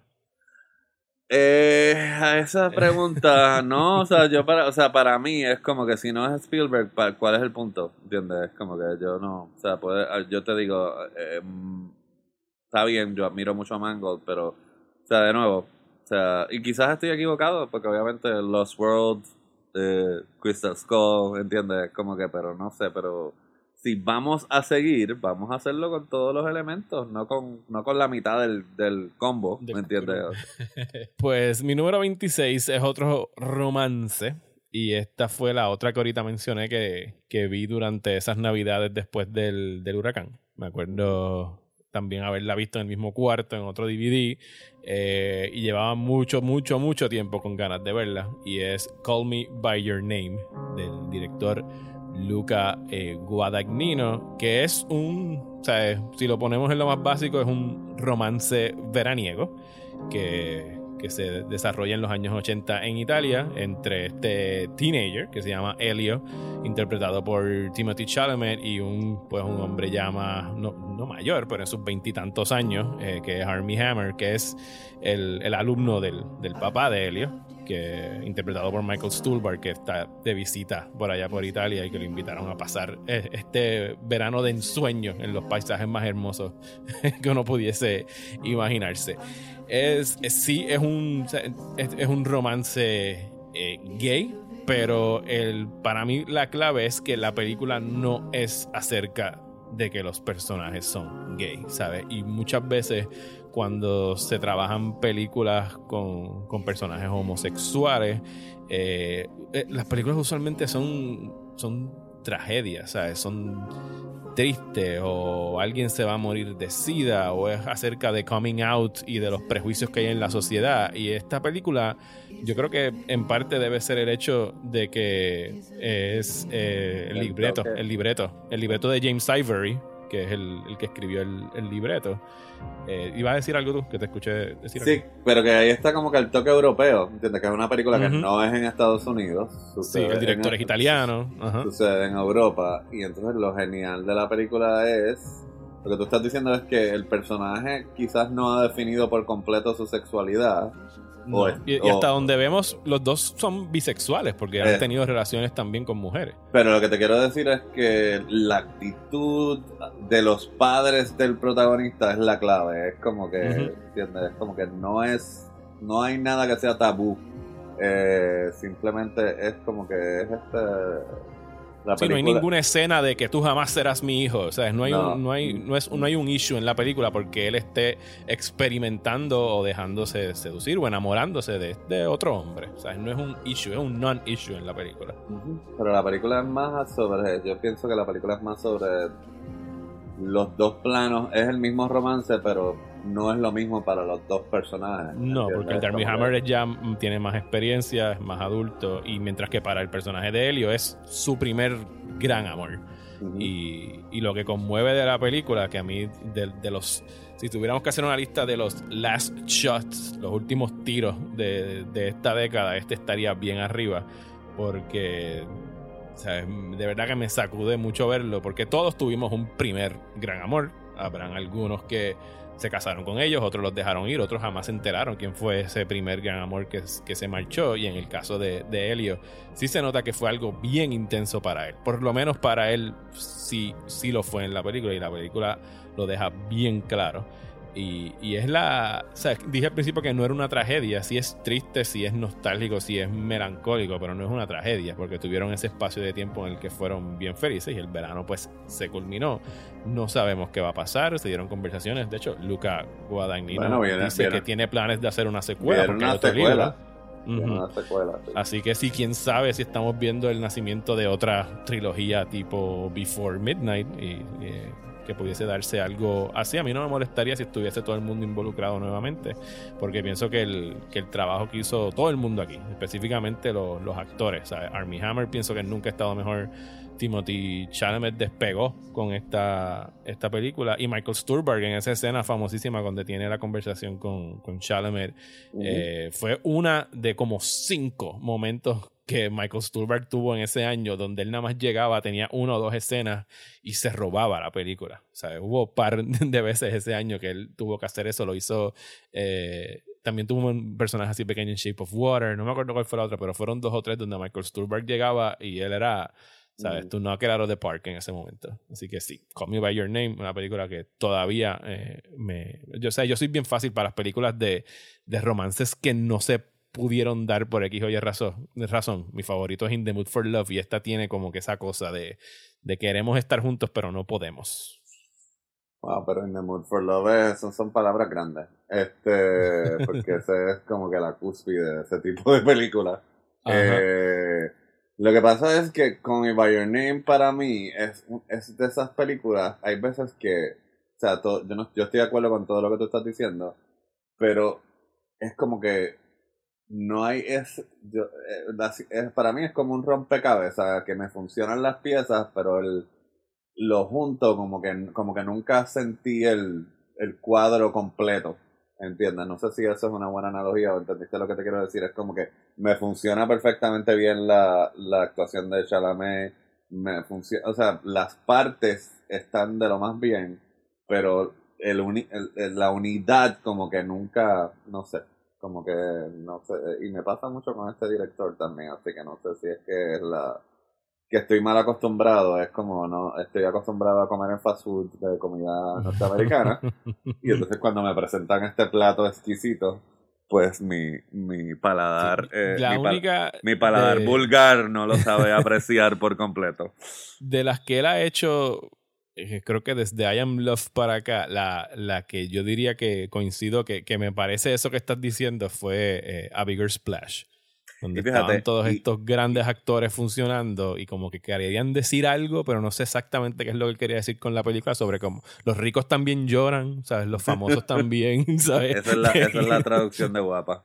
Eh, a esa pregunta, no, o sea, yo para, o sea, para mí es como que si no es Spielberg, ¿cuál es el punto? ¿Entiendes? Es como que yo no, o sea, puede, yo te digo, eh, está bien, yo admiro mucho a Mangold, pero, o sea, de nuevo, o sea, y quizás estoy equivocado, porque obviamente Lost World, eh, Crystal Skull, ¿entiendes? Como que, pero no sé, pero si vamos a seguir, vamos a hacerlo con todos los elementos, no con, no con la mitad del, del combo, ¿me entiendes? Pues mi número veintiséis es otro romance. Y esta fue la otra que ahorita mencioné que, que vi durante esas navidades después del, del huracán. Me acuerdo también haberla visto en el mismo cuarto, en otro D V D. Eh, y llevaba mucho, mucho, mucho tiempo con ganas de verla. Y es Call Me By Your Name, del director Luca eh, Guadagnino, que es un, o sea, si lo ponemos en lo más básico, es un romance veraniego que... que se desarrolla en los años ochenta en Italia entre este teenager que se llama Elio, interpretado por Timothy Chalamet, y un pues un hombre ya más, no, no mayor, pero en sus veintitantos años, eh, que es Armie Hammer, que es el, el alumno del, del papá de Elio, que interpretado por Michael Stuhlbarg, que está de visita por allá por Italia y que lo invitaron a pasar este verano de ensueño en los paisajes más hermosos que uno pudiese imaginarse. Es, es sí es un es, es un romance eh, gay, pero el para mí la clave es que la película no es acerca de que los personajes son gay, ¿sabes? Y muchas veces cuando se trabajan películas con, con personajes homosexuales, eh, eh, las películas usualmente son, son tragedias, ¿sabes? Son tristes, o alguien se va a morir de SIDA, o es acerca de coming out y de los prejuicios que hay en la sociedad. Y esta película, yo creo que en parte debe ser el hecho de que es eh, el libreto, el libreto, el libreto de James Ivory, que es el, el que escribió el, el libreto. Eh, ¿Ibas a decir algo tú? Que te escuché decir sí, algo. Pero que ahí está como que el toque europeo, ¿entiendes? Que es una película uh-huh. que no es en Estados Unidos. Sí, el director en, es italiano. Uh-huh. Sucede en Europa. Y entonces lo genial de la película es... Lo que tú estás diciendo es que el personaje quizás no ha definido por completo su sexualidad. No. O es, y, y hasta o, donde vemos, los dos son bisexuales, porque eh, han tenido relaciones también con mujeres. Pero lo que te quiero decir es que la actitud de los padres del protagonista es la clave. Es como que, uh-huh. ¿entiendes? Es como que no es, no hay nada que sea tabú. Eh, simplemente es como que es este... La sí, no hay ninguna escena de que tú jamás serás mi hijo. O sea, no hay, no. Un, no, hay, no, es, no hay un issue en la película porque él esté experimentando o dejándose seducir o enamorándose de, de otro hombre. O sea, no es un issue, es un non-issue en la película. Uh-huh. Pero la película es más sobre... Yo pienso que la película es más sobre los dos planos. Es el mismo romance, pero no es lo mismo para los dos personajes. No, porque el de Armie Hammer ya tiene más experiencia, es más adulto, y mientras que para el personaje de Elio es su primer gran amor. Uh-huh. y, y lo que conmueve de la película, que a mí de, de los... Si tuviéramos que hacer una lista de los last shots, los últimos tiros de, de esta década, este estaría bien arriba, porque... O sea, de verdad que me sacude mucho verlo, porque todos tuvimos un primer gran amor. Habrán algunos que se casaron con ellos, otros los dejaron ir, otros jamás se enteraron quién fue ese primer gran amor que, que se marchó. Y en el caso de, de Elio, sí se nota que fue algo bien intenso para él. Por lo menos para él sí, sí lo fue en la película, y la película lo deja bien claro. Y, y es la... O sea, dije al principio que no era una tragedia. Sí es triste, sí es nostálgico, sí es melancólico, pero no es una tragedia, porque tuvieron ese espacio de tiempo en el que fueron bien felices, y el verano pues se culminó. No sabemos qué va a pasar, se dieron conversaciones. De hecho, Luca Guadagnino bueno, viene, dice viene, que tiene planes de hacer una secuela. Porque una secuela. Uh-huh. Una secuela sí. Así que sí, quién sabe si estamos viendo el nacimiento de otra trilogía tipo Before Midnight, y... y que pudiese darse algo así. A mí no me molestaría si estuviese todo el mundo involucrado nuevamente, porque pienso que el, que el trabajo que hizo todo el mundo aquí, específicamente los, los actores, ¿sabes? Armie Hammer, pienso que nunca ha estado mejor. Timothy Chalamet despegó con esta, esta película, y Michael Stuhlbarg en esa escena famosísima donde tiene la conversación con, con Chalamet, uh-huh. eh, fue una de como cinco momentos que Michael Stuhlbarg tuvo en ese año, donde él nada más llegaba, tenía una o dos escenas y se robaba la película. O sea, hubo un par de veces ese año que él tuvo que hacer eso. Lo hizo... Eh, también tuvo un personaje así pequeño en Shape of Water. No me acuerdo cuál fue la otra, pero fueron dos o tres donde Michael Stuhlbarg llegaba y él era... ¿sabes? Mm. To knock it out of the park en ese momento. Así que sí, Call Me By Your Name, una película que todavía eh, me... Yo, o sea, yo soy bien fácil para las películas de, de romances que no se pudieron dar por X o Y razón. razón. Mi favorito es In the Mood for Love y esta tiene como que esa cosa de, de queremos estar juntos pero no podemos. Wow, pero In the Mood for Love es, son, son palabras grandes. Este, porque ese es como que la cúspide de ese tipo de película. Eh, lo que pasa es que Call Me By Your Name para mí es, es de esas películas. Hay veces que, o sea, todo, yo, no, yo estoy de acuerdo con todo lo que tú estás diciendo, pero es como que no hay, es, yo, es, es para mí es como un rompecabezas, que me funcionan las piezas, pero el lo junto como que como que nunca sentí el, el cuadro completo, ¿entiendes? No sé si eso es una buena analogía o entendiste lo que te quiero decir. Es como que me funciona perfectamente bien la, la actuación de Chalamet, me funciona, o sea, las partes están de lo más bien, pero el, uni, el, el la unidad como que nunca, no sé, como que no sé, y me pasa mucho con este director también, así que no sé si es que es la que estoy mal acostumbrado, es como no estoy acostumbrado a comer en fast food de comida norteamericana y entonces cuando me presentan este plato exquisito, pues mi, mi paladar Sí, eh, la mi, única pal- mi paladar de- vulgar no lo sabe apreciar por completo. De las que él ha hecho, eh, creo que desde I Am Love para acá, la, la que yo diría que coincido que, que me parece eso que estás diciendo fue eh, A Bigger Splash. Donde Y fíjate, estaban todos y- estos grandes actores funcionando y como que querían decir algo, pero no sé exactamente qué es lo que él quería decir con la película sobre cómo los ricos también lloran, ¿sabes? Los famosos también, ¿sabes? Esa es la, esa es la traducción de guapa.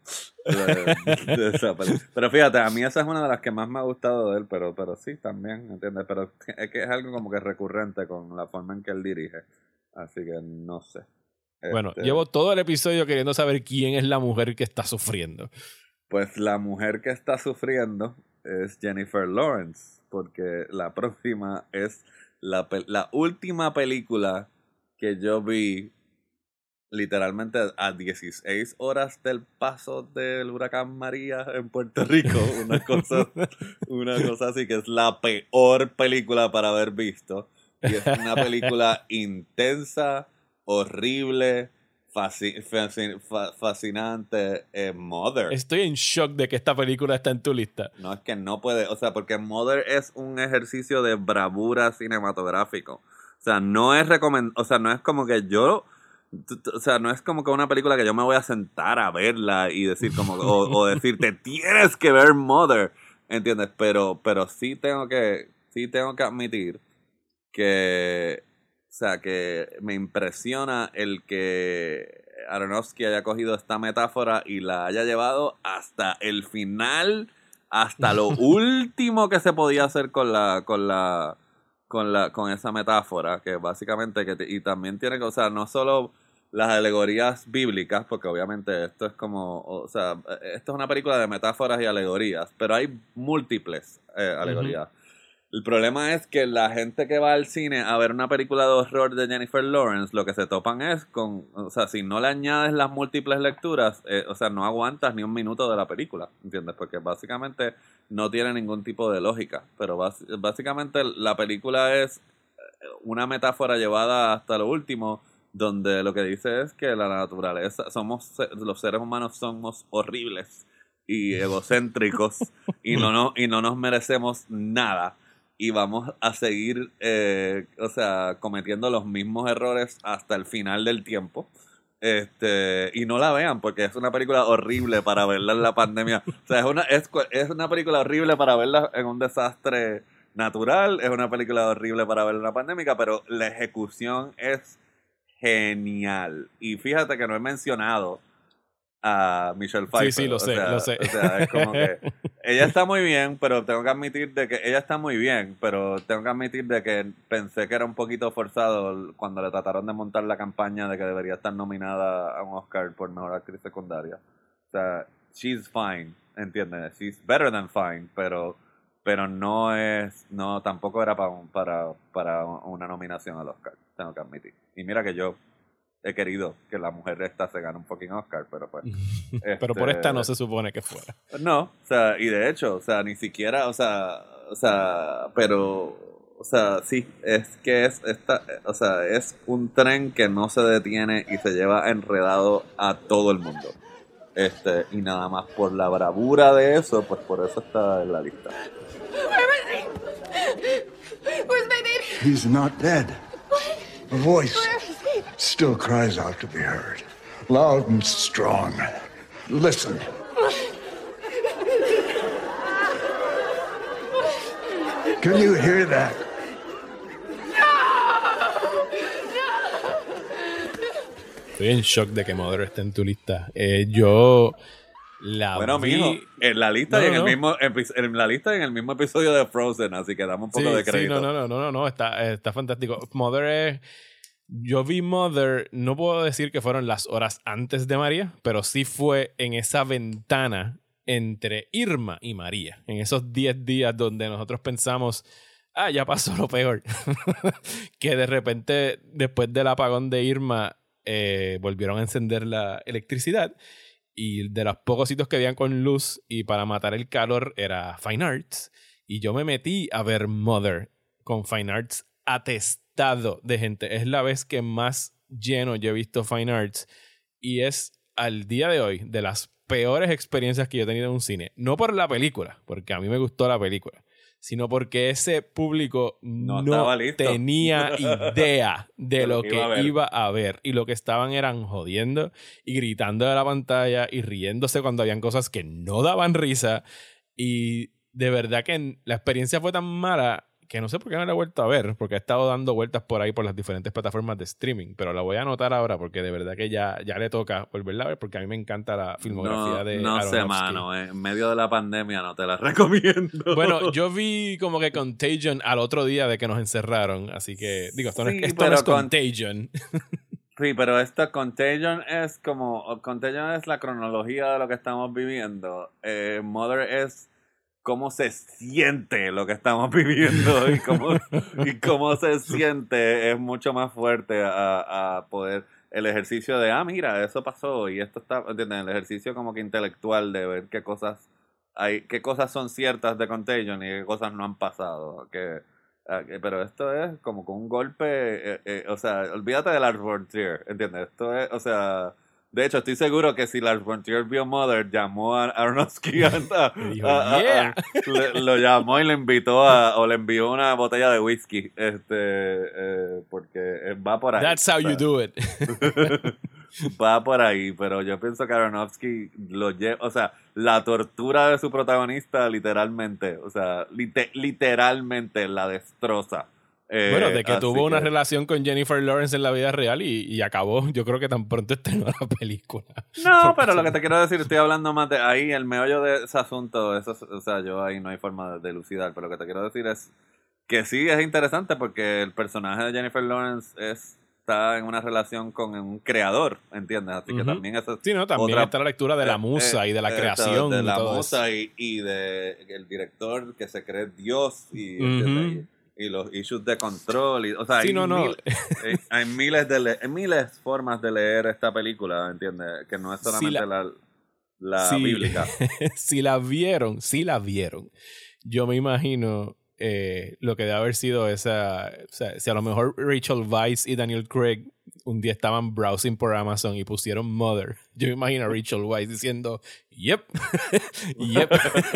De- de esa película. Pero fíjate, a mí esa es una de las que más me ha gustado de él, pero, pero sí, también, ¿entiendes? Pero es que es algo como que recurrente con la forma en que él dirige. Así que no sé. Bueno, Este, llevo todo el episodio queriendo saber quién es la mujer que está sufriendo. Pues la mujer que está sufriendo es Jennifer Lawrence, porque la próxima es la, pe- la última película que yo vi literalmente a dieciséis horas del paso del huracán María en Puerto Rico. Una cosa, una cosa así que es la peor película para haber visto. Y es una película intensa, horrible, fasci- fasci- fa- fascinante. eh, Mother. Estoy en shock de que esta película está en tu lista. No, es que no puede, o sea, porque Mother es un ejercicio de bravura cinematográfico. O sea, no es recomend, o sea, no es como que yo, t- t- o sea, no es como que una película que yo me voy a sentar a verla y decir como, o, o decirte, tienes que ver Mother, ¿entiendes? Pero, pero sí tengo que, sí tengo que admitir que, o sea, que me impresiona el que Aronofsky haya cogido esta metáfora y la haya llevado hasta el final, hasta lo último que se podía hacer con la, con la, con la, con esa metáfora, que básicamente que te- y también tiene que, o sea, no solo las alegorías bíblicas, porque obviamente esto es como, o sea, esto es una película de metáforas y alegorías, pero hay múltiples eh, alegorías. El problema es que la gente que va al cine a ver una película de horror de Jennifer Lawrence, lo que se topan es con, o sea, si no le añades las múltiples lecturas, eh, o sea, no aguantas ni un minuto de la película, ¿entiendes? Porque básicamente no tiene ningún tipo de lógica, pero bas- básicamente la película es una metáfora llevada hasta lo último, donde lo que dice es que la naturaleza, somos, se- los seres humanos somos horribles y egocéntricos y no, no, y no nos merecemos nada. Y vamos a seguir, eh, o sea, cometiendo los mismos errores hasta el final del tiempo. Este, y no la vean, porque es una película horrible para verla en la pandemia. O sea, es una, es, es una película horrible para verla en un desastre natural, es una película horrible para verla en una pandemia, pero la ejecución es genial. Y fíjate que no he mencionado a Michelle Pfeiffer. Sí, sí, lo o sé, sea, lo sé. O sea, es como que ella está muy bien, pero tengo que admitir de que ella está muy bien, pero tengo que admitir de que pensé que era un poquito forzado cuando le trataron de montar la campaña de que debería estar nominada a un Oscar por mejor actriz secundaria. O sea, she's fine, ¿entiendes? She's better than fine, pero pero no es, no, tampoco era para, para, para una nominación al Oscar, tengo que admitir. Y mira que yo he querido que la mujer esta se gane un fucking Oscar, pero pues... Pero este, por esta no se supone que fuera. No, o sea, y de hecho, o sea, ni siquiera, o sea, o sea, pero, o sea, sí, es que es esta, o sea, es un tren que no se detiene y se lleva enredado a todo el mundo. Este, y nada más por la bravura de eso, pues por eso está en la lista. Where's my baby? He's not dead. A voice still cries out to be heard, loud and strong. Listen. Can you hear that? Estoy en shock de que Mother esté en tu lista. Eh, yo la bueno, vi... mijo, en la lista no, y en no. el mismo en la lista y en el mismo episodio de Frozen, así que dame un poco sí, de crédito. Sí, no, no, no, no, no, está, está fantástico. Mother es... Yo vi Mother, no puedo decir que fueron las horas antes de María, pero sí fue en esa ventana entre Irma y María. En esos diez días donde nosotros pensamos, ah, ya pasó lo peor. Que de repente, después del apagón de Irma, eh, volvieron a encender la electricidad. Y de los pocos sitios que habían con luz y para matar el calor era Fine Arts. Y yo me metí a ver Mother con Fine Arts atestado de gente. Es la vez que más lleno yo he visto Fine Arts. Y es al día de hoy de las peores experiencias que yo he tenido en un cine. No por la película, porque a mí me gustó la película, sino porque ese público no, no tenía idea de lo, lo que iba a, iba a ver. Y lo que estaban eran jodiendo y gritando de la pantalla y riéndose cuando habían cosas que no daban risa. Y de verdad que la experiencia fue tan mala que no sé por qué no la he vuelto a ver, porque he estado dando vueltas por ahí por las diferentes plataformas de streaming, pero la voy a anotar ahora porque de verdad que ya, ya le toca volverla a ver, porque a mí me encanta la filmografía no, de no Aronofsky. sé, mano, en medio de la pandemia no te la recomiendo. Bueno, yo vi como que Contagion al otro día de que nos encerraron, así que digo, esto, sí, no, es, esto no es Contagion. Sí, pero esta Contagion es como, Contagion es la cronología de lo que estamos viviendo. Eh, Mother es cómo se siente lo que estamos viviendo y cómo, y cómo se siente es mucho más fuerte a, a poder el ejercicio de, ah, mira, eso pasó y esto está, ¿entiendes? El ejercicio como que intelectual de ver qué cosas hay, qué cosas son ciertas de Contagion y qué cosas no han pasado. Que, que pero esto es como con un golpe, eh, eh, o sea, olvídate de Lars von Trier, ¿entiendes? Esto es, o sea... De hecho, estoy seguro que si Lars von Trier vio Mother, llamó a Aronofsky a, a, dijo, a, a, yeah. a le, lo llamó y le invitó a, o le envió una botella de whisky, este, eh, porque va por ahí. That's how o sea, you do it. Va por ahí, pero yo pienso que Aronofsky lo lleva, o sea, la tortura de su protagonista literalmente, o sea, lite, literalmente la destroza. Eh, bueno, de que tuvo que... una relación con Jennifer Lawrence en la vida real y, y acabó, yo creo que tan pronto estrenó la película. No, pero lo que te quiero decir, estoy hablando más de ahí, el meollo de ese asunto, eso, o sea, yo ahí no hay forma de elucidar, pero lo que te quiero decir es que sí es interesante porque el personaje de Jennifer Lawrence es, está en una relación con un creador, ¿entiendes? Así uh-huh. que también eso sí, no, también otra, está la lectura de la musa eh, y de la eh, creación. De la y todo musa eso. y, y de el director que se cree Dios y... Uh-huh. y los issues de control y, o sea, sí, hay, no, no. Mil, hay, hay miles de le- hay miles formas de leer esta película, ¿entiendes? Que no es solamente si la, la, la si, bíblica. Si la vieron, si la vieron, yo me imagino eh, lo que debe haber sido esa, o sea, si a lo mejor Rachel Weisz y Daniel Craig un día estaban browsing por Amazon y pusieron Mother, yo me imagino a Rachel Weisz diciendo yep, yep.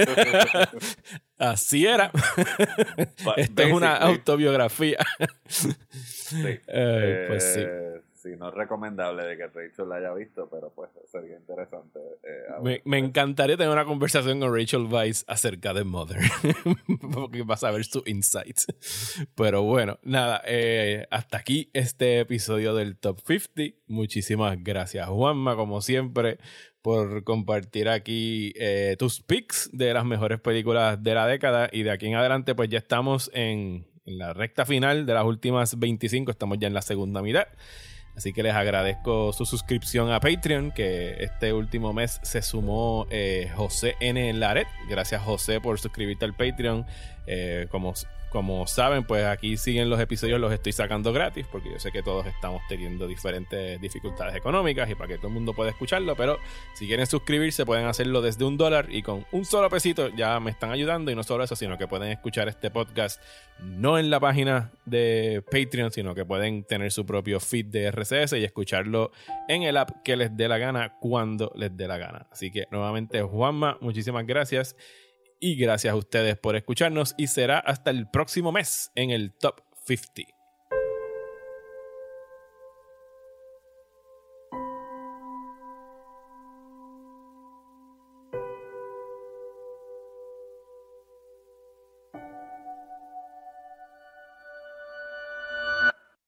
Así era. Esto es una autobiografía. Sí. Ay, eh, pues sí. Sí, no es recomendable de que Rachel la haya visto, pero pues sería interesante. Eh, me, me encantaría tener una conversación con Rachel Weisz acerca de Mother, porque vas a ver su insights. Pero bueno, nada, eh, hasta aquí este episodio del Top cincuenta. Muchísimas gracias, Juanma, como siempre, por compartir aquí eh, tus picks de las mejores películas de la década. Y de aquí en adelante, pues ya estamos en, en la recta final de las últimas veinticinco. Estamos ya en la segunda mitad. Así que les agradezco su suscripción a Patreon, que este último mes se sumó eh, José N. Laret. Gracias, José, por suscribirte al Patreon. Eh, como Como saben, pues aquí siguen los episodios, los estoy sacando gratis, porque yo sé que todos estamos teniendo diferentes dificultades económicas y para que todo el mundo pueda escucharlo, pero si quieren suscribirse pueden hacerlo desde un dólar y con un solo pesito ya me están ayudando. Y no solo eso, sino que pueden escuchar este podcast no en la página de Patreon, sino que pueden tener su propio feed de R S S y escucharlo en el app que les dé la gana, cuando les dé la gana. Así que nuevamente, Juanma, muchísimas gracias. Y gracias a ustedes por escucharnos y será hasta el próximo mes en el Top cincuenta.